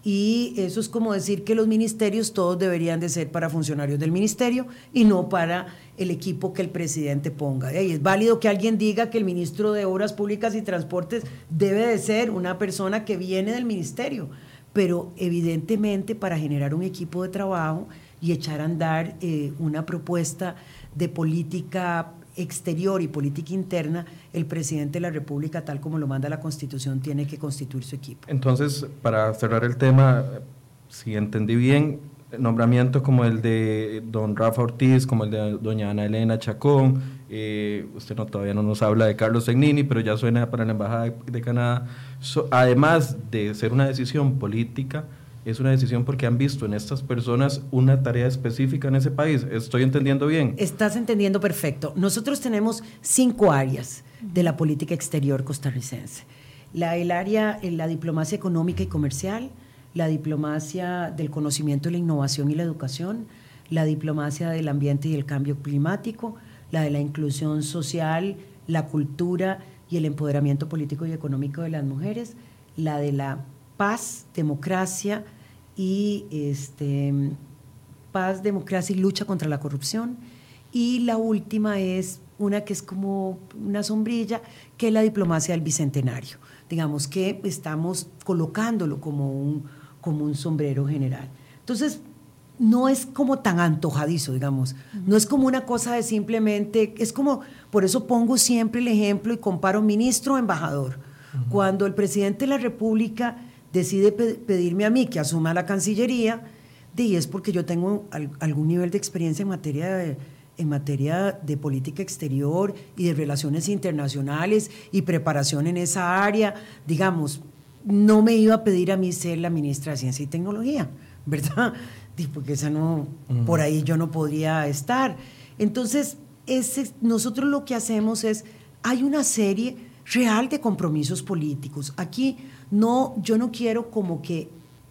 Y eso es como decir que los ministerios todos deberían de ser para funcionarios del ministerio y no para el equipo que el presidente ponga. Y es válido que alguien diga que el ministro de Obras Públicas y Transportes debe de ser una persona que viene del ministerio, pero evidentemente para generar un equipo de trabajo y echar a andar eh, una propuesta de política exterior y política interna, el presidente de la República, tal como lo manda la Constitución, tiene que constituir su equipo. Entonces, para cerrar el tema, si entendí bien, nombramientos como el de don Rafa Ortiz, como el de doña Ana Elena Chacón, eh, usted no, todavía no nos habla de Carlos Zegnini, pero ya suena para la Embajada de, de Canadá, so, además de ser una decisión política, es una decisión porque han visto en estas personas una tarea específica en ese país. ¿Estoy entendiendo bien? Estás entendiendo perfecto. Nosotros tenemos cinco áreas de la política exterior costarricense. La, el área, la diplomacia económica y comercial, la diplomacia del conocimiento, la innovación y la educación, la diplomacia del ambiente y el cambio climático, la de la inclusión social, la cultura y el empoderamiento político y económico de las mujeres, la de la paz, democracia y este, paz, democracia y lucha contra la corrupción. Y la última es una que es como una sombrilla, que es la diplomacia del Bicentenario. Digamos que estamos colocándolo como un, como un sombrero general. Entonces, no es como tan antojadizo, digamos. No es como una cosa de simplemente, es como, por eso pongo siempre el ejemplo y comparo ministro-embajador. Uh-huh. Cuando el presidente de la República decide pedirme a mí que asuma la Cancillería, y es porque yo tengo al, algún nivel de experiencia en materia de, en materia de política exterior y de relaciones internacionales y preparación en esa área. Digamos, no me iba a pedir a mí ser la ministra de Ciencia y Tecnología, ¿verdad? Porque esa no, uh-huh. por ahí yo no podría estar. Entonces, ese, nosotros lo que hacemos es, hay una serie real de compromisos políticos. Aquí no, yo no quiero como que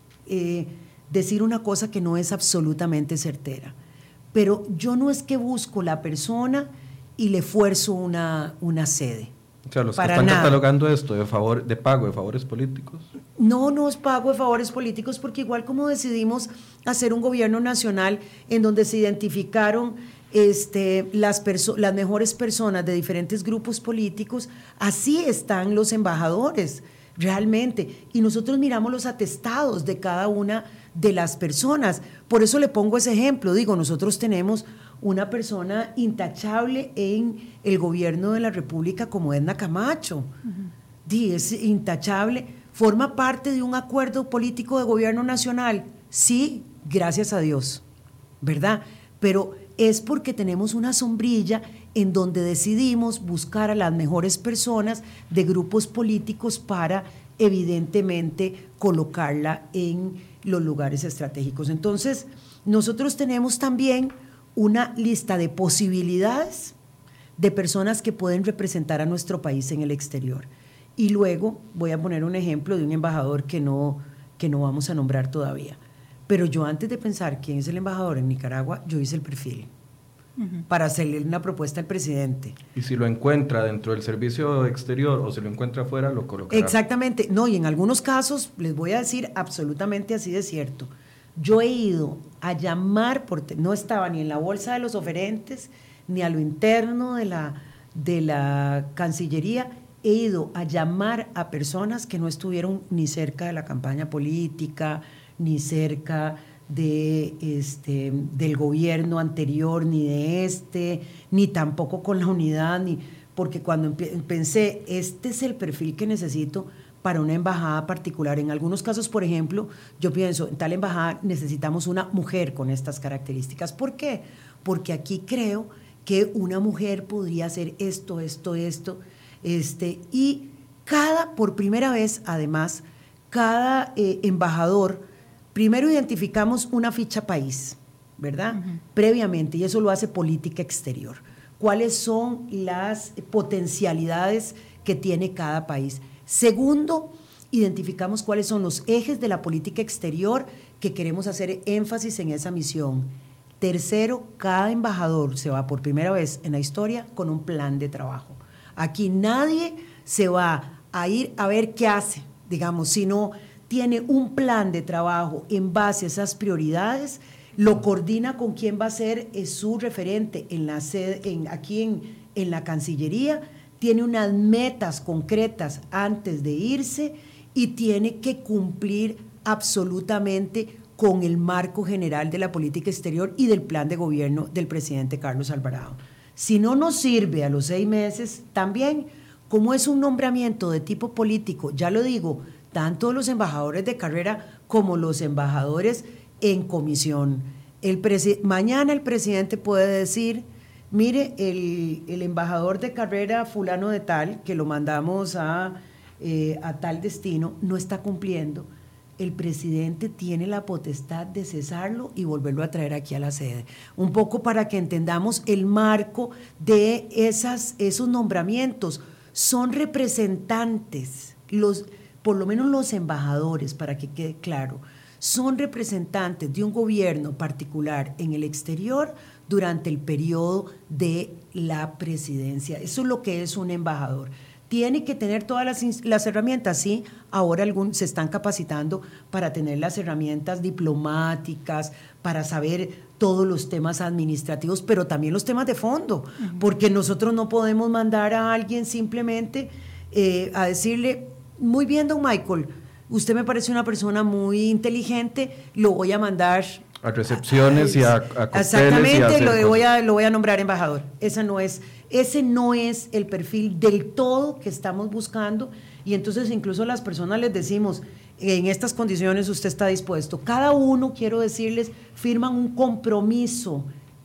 eh, decir una cosa que no es absolutamente certera, pero yo no es que busco la persona y le fuerzo una, una sede. O sea, los que están nada. catalogando esto de favor, de pago de favores políticos. No, no es pago de favores políticos, porque igual como decidimos hacer un gobierno nacional en donde se identificaron Este, las, perso- las mejores personas de diferentes grupos políticos, así están los embajadores realmente, y nosotros miramos los atestados de cada una de las personas. Por eso le pongo ese ejemplo, digo, nosotros tenemos una persona intachable en el gobierno de la República como Edna Camacho. Uh-huh. Es intachable, forma parte de un acuerdo político de gobierno nacional, sí, gracias a Dios, ¿verdad? Pero es porque tenemos una sombrilla en donde decidimos buscar a las mejores personas de grupos políticos para, evidentemente, colocarla en los lugares estratégicos. Entonces, nosotros tenemos también una lista de posibilidades, de personas que pueden representar a nuestro país en el exterior. Y luego voy a poner un ejemplo de un embajador que no, que no vamos a nombrar todavía. Pero yo antes de pensar quién es el embajador en Nicaragua, yo hice el perfil uh-huh. para hacerle una propuesta al presidente. Y si lo encuentra dentro del servicio exterior o si lo encuentra afuera, lo colocará. Exactamente. No, y en algunos casos, les voy a decir absolutamente así de cierto. Yo he ido a llamar, por, no estaba ni en la bolsa de los oferentes, ni a lo interno de la, de la Cancillería, he ido a llamar a personas que no estuvieron ni cerca de la campaña política, ni cerca de este, del gobierno anterior, ni de este, ni tampoco con la unidad, ni, porque cuando pensé, este es el perfil que necesito para una embajada particular. En algunos casos, por ejemplo, yo pienso, en tal embajada necesitamos una mujer con estas características. ¿Por qué? Porque aquí creo que una mujer podría hacer esto, esto, esto, este, y cada, por primera vez, además, cada eh, embajador, primero identificamos una ficha país, ¿verdad? Uh-huh. Previamente, y eso lo hace política exterior. ¿Cuáles son las potencialidades que tiene cada país? Segundo, identificamos cuáles son los ejes de la política exterior que queremos hacer énfasis en esa misión. Tercero, cada embajador se va por primera vez en la historia con un plan de trabajo. Aquí nadie se va a ir a ver qué hace, digamos, sino tiene un plan de trabajo en base a esas prioridades, lo coordina con quién va a ser su referente en la sede, en, aquí en, en la Cancillería, tiene unas metas concretas antes de irse y tiene que cumplir absolutamente con el marco general de la política exterior y del plan de gobierno del presidente Carlos Alvarado. Si no nos sirve a los seis meses, también, como es un nombramiento de tipo político, ya lo digo, tanto los embajadores de carrera como los embajadores en comisión. El presi- mañana el presidente puede decir, mire, el, el embajador de carrera fulano de tal, que lo mandamos a, eh, a tal destino, no está cumpliendo. El presidente tiene la potestad de cesarlo y volverlo a traer aquí a la sede. Un poco para que entendamos el marco de esas, esos nombramientos. Son representantes, los, por lo menos los embajadores, para que quede claro, son representantes de un gobierno particular en el exterior durante el periodo de la presidencia. Eso es lo que es un embajador. Tiene que tener todas las, las herramientas, sí, ahora algún, se están capacitando para tener las herramientas diplomáticas, para saber todos los temas administrativos, pero también los temas de fondo, uh-huh. porque nosotros no podemos mandar a alguien simplemente eh, a decirle, muy bien, don Michael, usted me parece una persona muy inteligente, lo voy a mandar a recepciones a, a, y a, a cócteles. Exactamente, y a lo, voy a, lo voy a nombrar embajador. Esa no es, ese no es el perfil del todo que estamos buscando, y entonces incluso a las personas les decimos, en estas condiciones usted está dispuesto. Cada uno, quiero decirles, firman un compromiso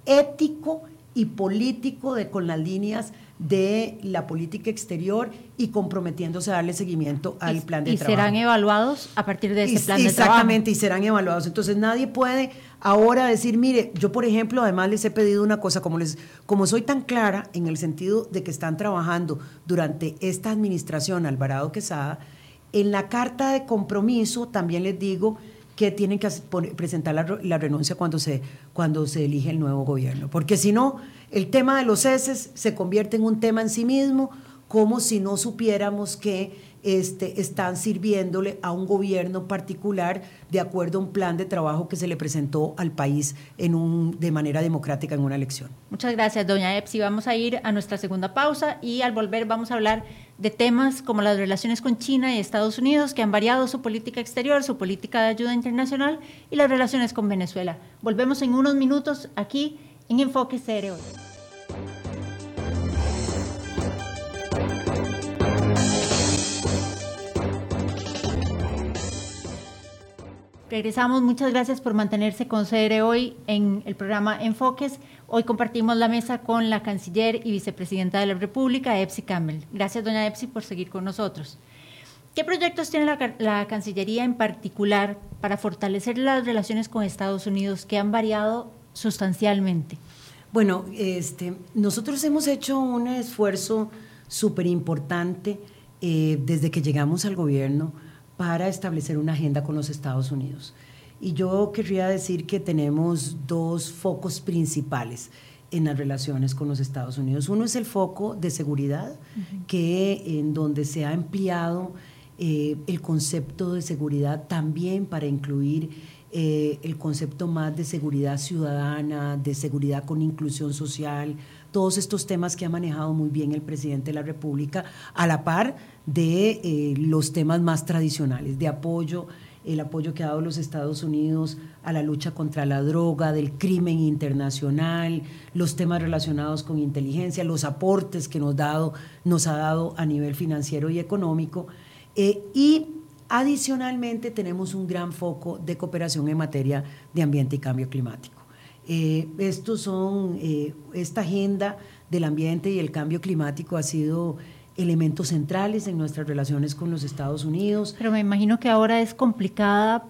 ético y político de, con las líneas de la política exterior y comprometiéndose a darle seguimiento al y, plan de y trabajo. Y serán evaluados a partir de ese y, plan de exactamente, trabajo. Exactamente, y serán evaluados. Entonces nadie puede ahora decir, mire, yo por ejemplo, además les he pedido una cosa, como, les, como soy tan clara en el sentido de que están trabajando durante esta administración Alvarado Quesada, en la carta de compromiso también les digo que tienen que presentar la, la renuncia cuando se, cuando se elige el nuevo gobierno, porque si no, el tema de los ceses se convierte en un tema en sí mismo, como si no supiéramos que este, están sirviéndole a un gobierno particular de acuerdo a un plan de trabajo que se le presentó al país en un, de manera democrática en una elección. Muchas gracias, doña Epsi. Vamos a ir a nuestra segunda pausa y al volver vamos a hablar de temas como las relaciones con China y Estados Unidos, que han variado su política exterior, su política de ayuda internacional y las relaciones con Venezuela. Volvemos en unos minutos aquí en Enfoque C R hoy. Regresamos, muchas gracias por mantenerse con C R hoy en el programa Enfoques. Hoy compartimos la mesa con la canciller y vicepresidenta de la República, Epsi Campbell. Gracias, doña Epsi, por seguir con nosotros. ¿Qué proyectos tiene la, la Cancillería en particular para fortalecer las relaciones con Estados Unidos que han variado sustancialmente? Bueno, este, nosotros hemos hecho un esfuerzo súper importante eh, desde que llegamos al gobierno para establecer una agenda con los Estados Unidos. Y yo querría decir que tenemos dos focos principales en las relaciones con los Estados Unidos. Uno es el foco de seguridad, uh-huh. que en donde se ha ampliado eh, el concepto de seguridad también para incluir eh, el concepto más de seguridad ciudadana, de seguridad con inclusión social, todos estos temas que ha manejado muy bien el presidente de la República, a la par de eh, los temas más tradicionales, de apoyo, el apoyo que ha dado los Estados Unidos a la lucha contra la droga, del crimen internacional, los temas relacionados con inteligencia, los aportes que nos, dado, nos ha dado a nivel financiero y económico. Eh, y adicionalmente tenemos un gran foco de cooperación en materia de ambiente y cambio climático. Eh, estos son, eh, esta agenda del ambiente y el cambio climático ha sido elementos centrales en nuestras relaciones con los Estados Unidos. Pero me imagino que ahora es complicada,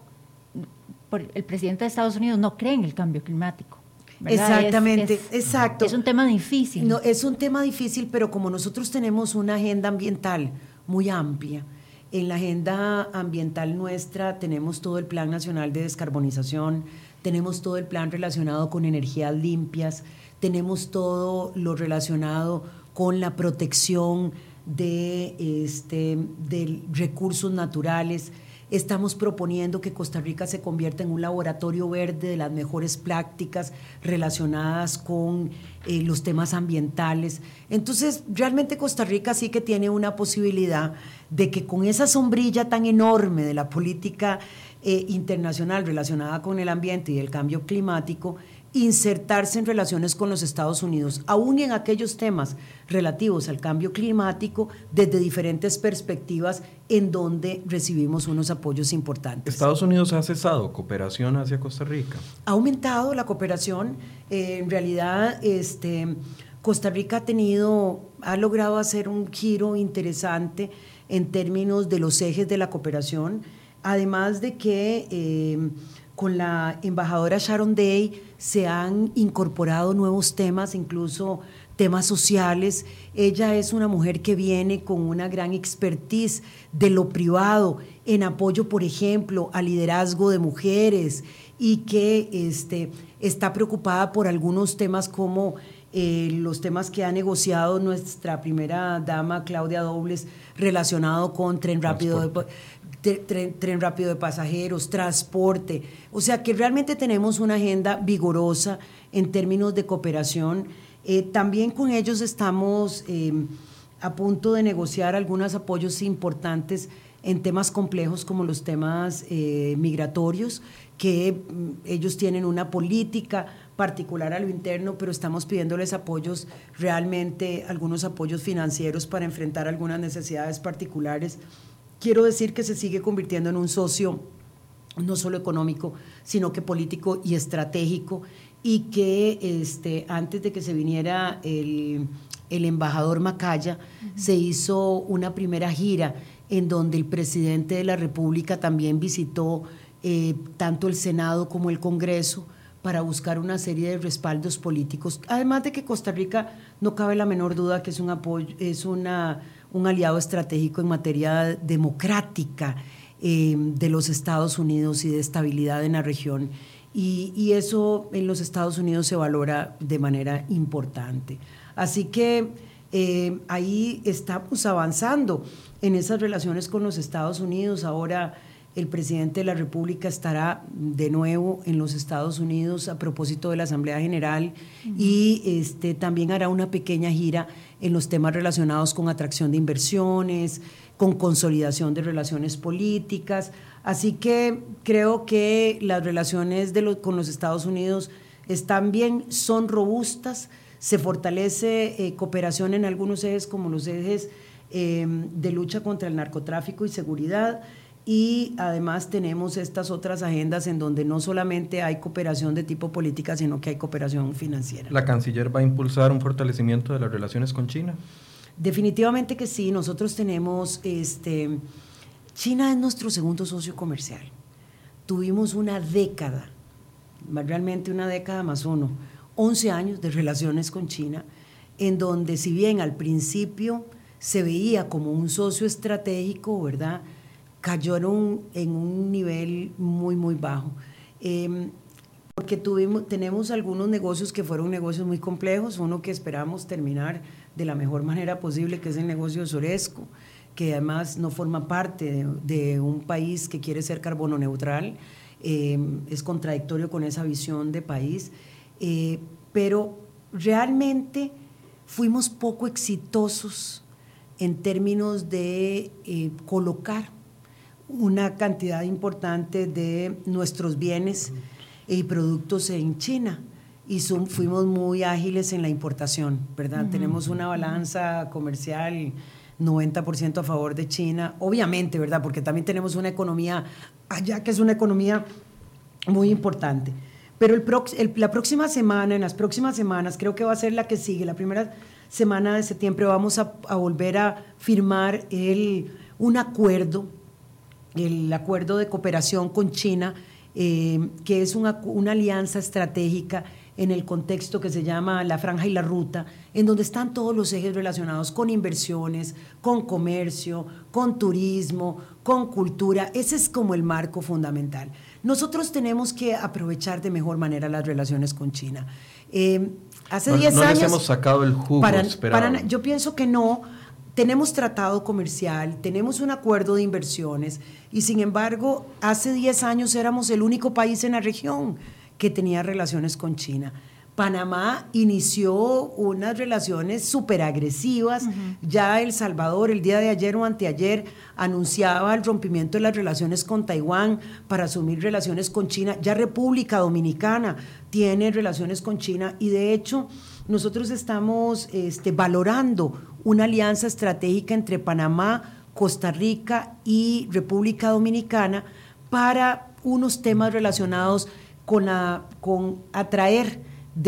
por el presidente de Estados Unidos no cree en el cambio climático, ¿verdad? Exactamente, es, es, exacto. Es un tema difícil. No, es un tema difícil, pero como nosotros tenemos una agenda ambiental muy amplia, en la agenda ambiental nuestra tenemos todo el Plan Nacional de Descarbonización, tenemos todo el plan relacionado con energías limpias, tenemos todo lo relacionado con la protección de, este, de recursos naturales. Estamos proponiendo que Costa Rica se convierta en un laboratorio verde de las mejores prácticas relacionadas con eh, los temas ambientales. Entonces, realmente Costa Rica sí que tiene una posibilidad de que con esa sombrilla tan enorme de la política eh, internacional relacionada con el ambiente y el cambio climático, insertarse en relaciones con los Estados Unidos, aún en aquellos temas relativos al cambio climático, desde diferentes perspectivas en donde recibimos unos apoyos importantes. ¿Estados Unidos ha cesado cooperación hacia Costa Rica? Ha aumentado la cooperación. Eh, en realidad, este, Costa Rica ha tenido, ha logrado hacer un giro interesante en términos de los ejes de la cooperación, además de que eh, con la embajadora Sharon Day se han incorporado nuevos temas, incluso temas sociales. Ella es una mujer que viene con una gran expertise de lo privado en apoyo, por ejemplo, al liderazgo de mujeres y que este, está preocupada por algunos temas como eh, los temas que ha negociado nuestra primera dama, Claudia Dobles, relacionado con tren rápido de, Tren, tren rápido de pasajeros, transporte. O sea que realmente tenemos una agenda vigorosa en términos de cooperación. Eh, también con ellos estamos eh, a punto de negociar algunos apoyos importantes en temas complejos como los temas eh, migratorios, que mm, ellos tienen una política particular a lo interno, pero estamos pidiéndoles apoyos, realmente algunos apoyos financieros para enfrentar algunas necesidades particulares. Quiero decir que se sigue convirtiendo en un socio no solo económico, sino que político y estratégico, y que este, antes de que se viniera el, el embajador Macaya, uh-huh. se hizo una primera gira en donde el presidente de la República también visitó eh, tanto el Senado como el Congreso para buscar una serie de respaldos políticos, además de que Costa Rica, no cabe la menor duda que es un apoyo, es una un aliado estratégico en materia democrática eh, de los Estados Unidos y de estabilidad en la región. Y, y eso en los Estados Unidos se valora de manera importante. Así que eh, ahí estamos avanzando en esas relaciones con los Estados Unidos. Ahora el presidente de la República estará de nuevo en los Estados Unidos a propósito de la Asamblea General, uh-huh. y este, también hará una pequeña gira en los temas relacionados con atracción de inversiones, con consolidación de relaciones políticas. Así que creo que las relaciones de lo, con los Estados Unidos están bien, son robustas, se fortalece eh, cooperación en algunos ejes como los ejes eh, de lucha contra el narcotráfico y seguridad, y además tenemos estas otras agendas en donde no solamente hay cooperación de tipo política, sino que hay cooperación financiera. ¿La canciller va a impulsar un fortalecimiento de las relaciones con China? Definitivamente que sí. Nosotros tenemos, este, China es nuestro segundo socio comercial. Tuvimos una década, realmente una década más uno, once años de relaciones con China, en donde si bien al principio se veía como un socio estratégico, ¿verdad?, cayeron en un nivel muy, muy bajo. Eh, porque tuvimos, tenemos algunos negocios que fueron negocios muy complejos, uno que esperamos terminar de la mejor manera posible, que es el negocio de Soresco, que además no forma parte de, de un país que quiere ser carbono neutral, eh, es contradictorio con esa visión de país, eh, pero realmente fuimos poco exitosos en términos de eh, colocar una cantidad importante de nuestros bienes y productos en China, y son, fuimos muy ágiles en la importación, ¿verdad? Uh-huh. Tenemos una balanza comercial noventa por ciento a favor de China, obviamente, ¿verdad? Porque también tenemos una economía allá que es una economía muy importante. Pero el prox, el, la próxima semana, en las próximas semanas, creo que va a ser la que sigue, la primera semana de septiembre, vamos a, a volver a firmar el, un acuerdo, el acuerdo de cooperación con China, eh, que es una, una alianza estratégica en el contexto que se llama la Franja y la Ruta, en donde están todos los ejes relacionados con inversiones, con comercio, con turismo, con cultura. Ese es como el marco fundamental. Nosotros tenemos que aprovechar de mejor manera las relaciones con China. Eh, hace diez no, no años... les hemos sacado el jugo para, esperado. Para, yo pienso que no. Tenemos tratado comercial, tenemos un acuerdo de inversiones y sin embargo hace diez años éramos el único país en la región que tenía relaciones con China. Panamá inició unas relaciones súper agresivas, uh-huh. Ya El Salvador el día de ayer o anteayer anunciaba el rompimiento de las relaciones con Taiwán para asumir relaciones con China, ya República Dominicana tiene relaciones con China y de hecho nosotros estamos este, valorando una alianza estratégica entre Panamá, Costa Rica y República Dominicana para unos temas relacionados con, la, con atraer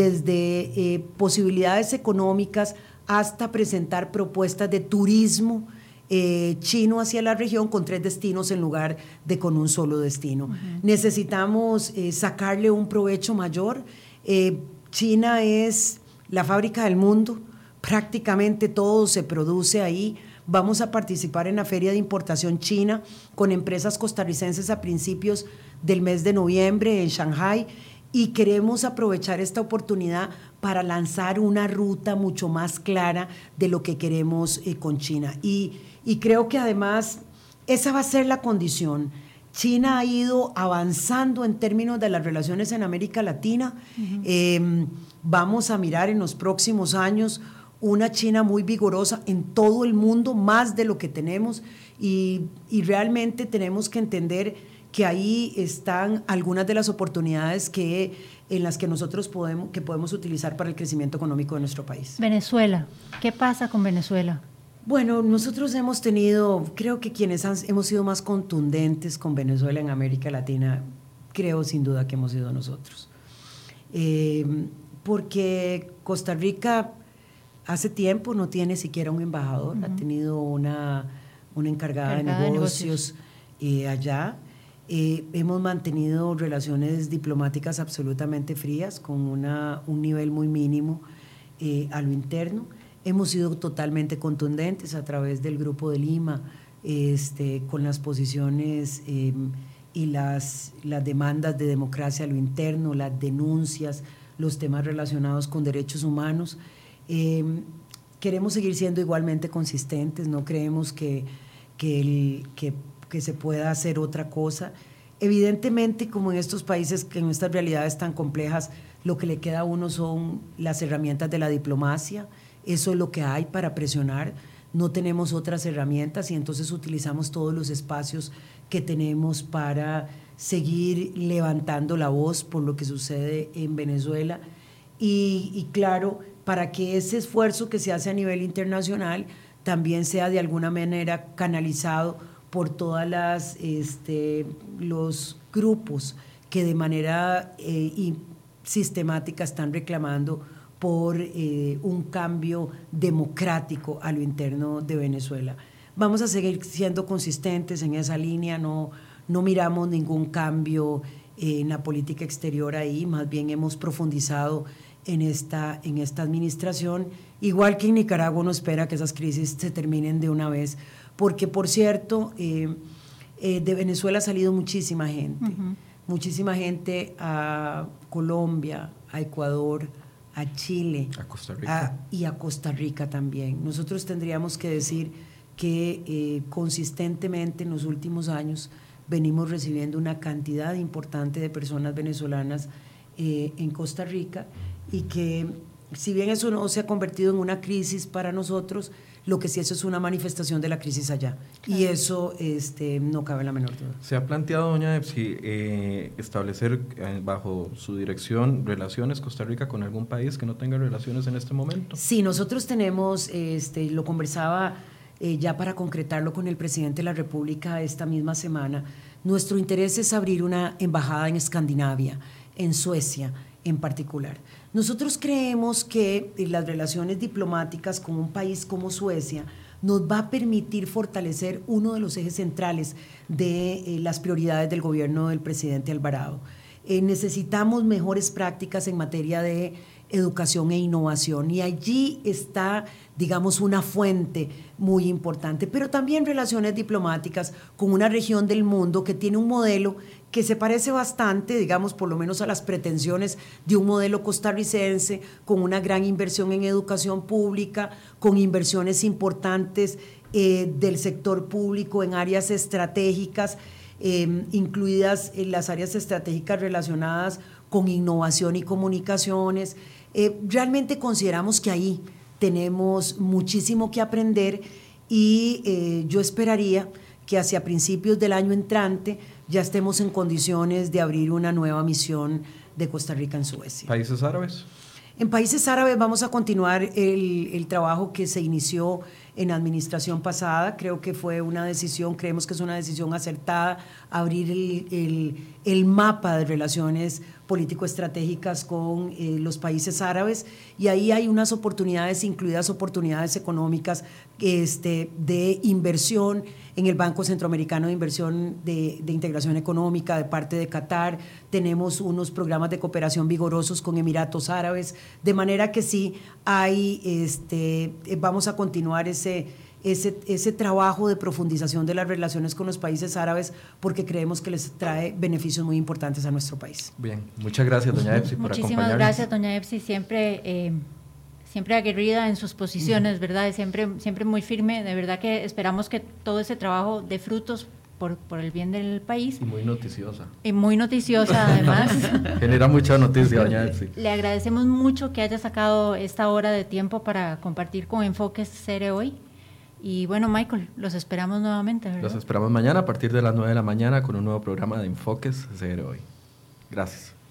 desde eh, posibilidades económicas hasta presentar propuestas de turismo eh, chino hacia la región con tres destinos en lugar de con un solo destino. Uh-huh. Necesitamos eh, sacarle un provecho mayor. Eh, China es la fábrica del mundo, prácticamente todo se produce ahí. Vamos a participar en la Feria de Importación China con empresas costarricenses a principios del mes de noviembre en Shanghái y queremos aprovechar esta oportunidad para lanzar una ruta mucho más clara de lo que queremos eh, con China. Y, y creo que además esa va a ser la condición. China ha ido avanzando en términos de las relaciones en América Latina. Uh-huh. Eh, vamos a mirar en los próximos años una China muy vigorosa en todo el mundo, más de lo que tenemos, y, y realmente tenemos que entender que ahí están algunas de las oportunidades que, en las que nosotros podemos, que podemos utilizar para el crecimiento económico de nuestro país. Venezuela, ¿qué pasa con Venezuela? Bueno, nosotros hemos tenido, creo que quienes han, hemos sido más contundentes con Venezuela en América Latina, creo sin duda que hemos sido nosotros. Eh, porque Costa Rica hace tiempo no tiene siquiera un embajador, uh-huh. Ha tenido una, una encargada, encargada de negocios, de negocios. Eh, allá. Eh, hemos mantenido relaciones diplomáticas absolutamente frías, con una, un nivel muy mínimo eh, a lo interno. Hemos sido totalmente contundentes a través del Grupo de Lima, este, con las posiciones eh, y las, las demandas de democracia a lo interno, las denuncias, los temas relacionados con derechos humanos. Eh, queremos seguir siendo igualmente consistentes, no creemos que, que, el, que, que se pueda hacer otra cosa. Evidentemente, como en estos países, en estas realidades tan complejas, lo que le queda a uno son las herramientas de la diplomacia. Eso es lo que hay para presionar, no tenemos otras herramientas y entonces utilizamos todos los espacios que tenemos para seguir levantando la voz por lo que sucede en Venezuela y, y claro, para que ese esfuerzo que se hace a nivel internacional también sea de alguna manera canalizado por todas las este, los grupos que de manera eh, y sistemática están reclamando por eh, un cambio democrático a lo interno de Venezuela. Vamos a seguir siendo consistentes en esa línea, no, no miramos ningún cambio eh, en la política exterior ahí, más bien hemos profundizado en esta, en esta administración. Igual que en Nicaragua, uno espera que esas crisis se terminen de una vez, porque por cierto, eh, eh, de Venezuela ha salido muchísima gente, uh-huh. muchísima gente a Colombia, a Ecuador, a Chile, a Costa Rica. A, y a Costa Rica también. Nosotros tendríamos que decir que eh, consistentemente en los últimos años venimos recibiendo una cantidad importante de personas venezolanas eh, en Costa Rica, y que si bien eso no se ha convertido en una crisis para nosotros, lo que sí eso es una manifestación de la crisis allá, claro. Y eso este, no cabe la menor duda. ¿Se ha planteado, doña Epsi, eh, establecer eh, bajo su dirección relaciones Costa Rica con algún país que no tenga relaciones en este momento? Sí, nosotros tenemos, este, lo conversaba eh, ya para concretarlo con el presidente de la República esta misma semana, nuestro interés es abrir una embajada en Escandinavia, en Suecia en particular. Nosotros creemos que las relaciones diplomáticas con un país como Suecia nos va a permitir fortalecer uno de los ejes centrales de eh, las prioridades del gobierno del presidente Alvarado. Eh, necesitamos mejores prácticas en materia de educación e innovación, y allí está, digamos, una fuente muy importante, pero también relaciones diplomáticas con una región del mundo que tiene un modelo que se parece bastante, digamos, por lo menos a las pretensiones de un modelo costarricense, con una gran inversión en educación pública, con inversiones importantes eh, del sector público en áreas estratégicas, eh, incluidas en las áreas estratégicas relacionadas con innovación y comunicaciones. Eh, realmente consideramos que ahí tenemos muchísimo que aprender, y eh, yo esperaría que hacia principios del año entrante ya estemos en condiciones de abrir una nueva misión de Costa Rica en Suecia. ¿Países árabes? En países árabes vamos a continuar el, el trabajo que se inició en la administración pasada. Creo que fue una decisión, creemos que es una decisión acertada, abrir el, el, el mapa de relaciones político-estratégicas con eh, los países árabes, y ahí hay unas oportunidades, incluidas oportunidades económicas este, de inversión en el Banco Centroamericano de Inversión de, de Integración Económica de parte de Qatar. Tenemos unos programas de cooperación vigorosos con Emiratos Árabes, de manera que sí hay, este, vamos a continuar ese, ese, ese trabajo de profundización de las relaciones con los países árabes, porque creemos que les trae beneficios muy importantes a nuestro país. Bien, muchas gracias, doña Epsi, por acompañarnos. Muchísimas gracias, doña Epsi, siempre... Eh, siempre aguerrida en sus posiciones, ¿verdad? Siempre, siempre muy firme. De verdad que esperamos que todo ese trabajo dé frutos por, por el bien del país. Y muy noticiosa. Y muy noticiosa, además. Genera mucha noticia, doña Epsi. Le agradecemos mucho que haya sacado esta hora de tiempo para compartir con Enfoques C R hoy. Y bueno, Michael, los esperamos nuevamente, ¿verdad? Los esperamos mañana a partir de las nueve de la mañana con un nuevo programa de Enfoques C R hoy. Gracias.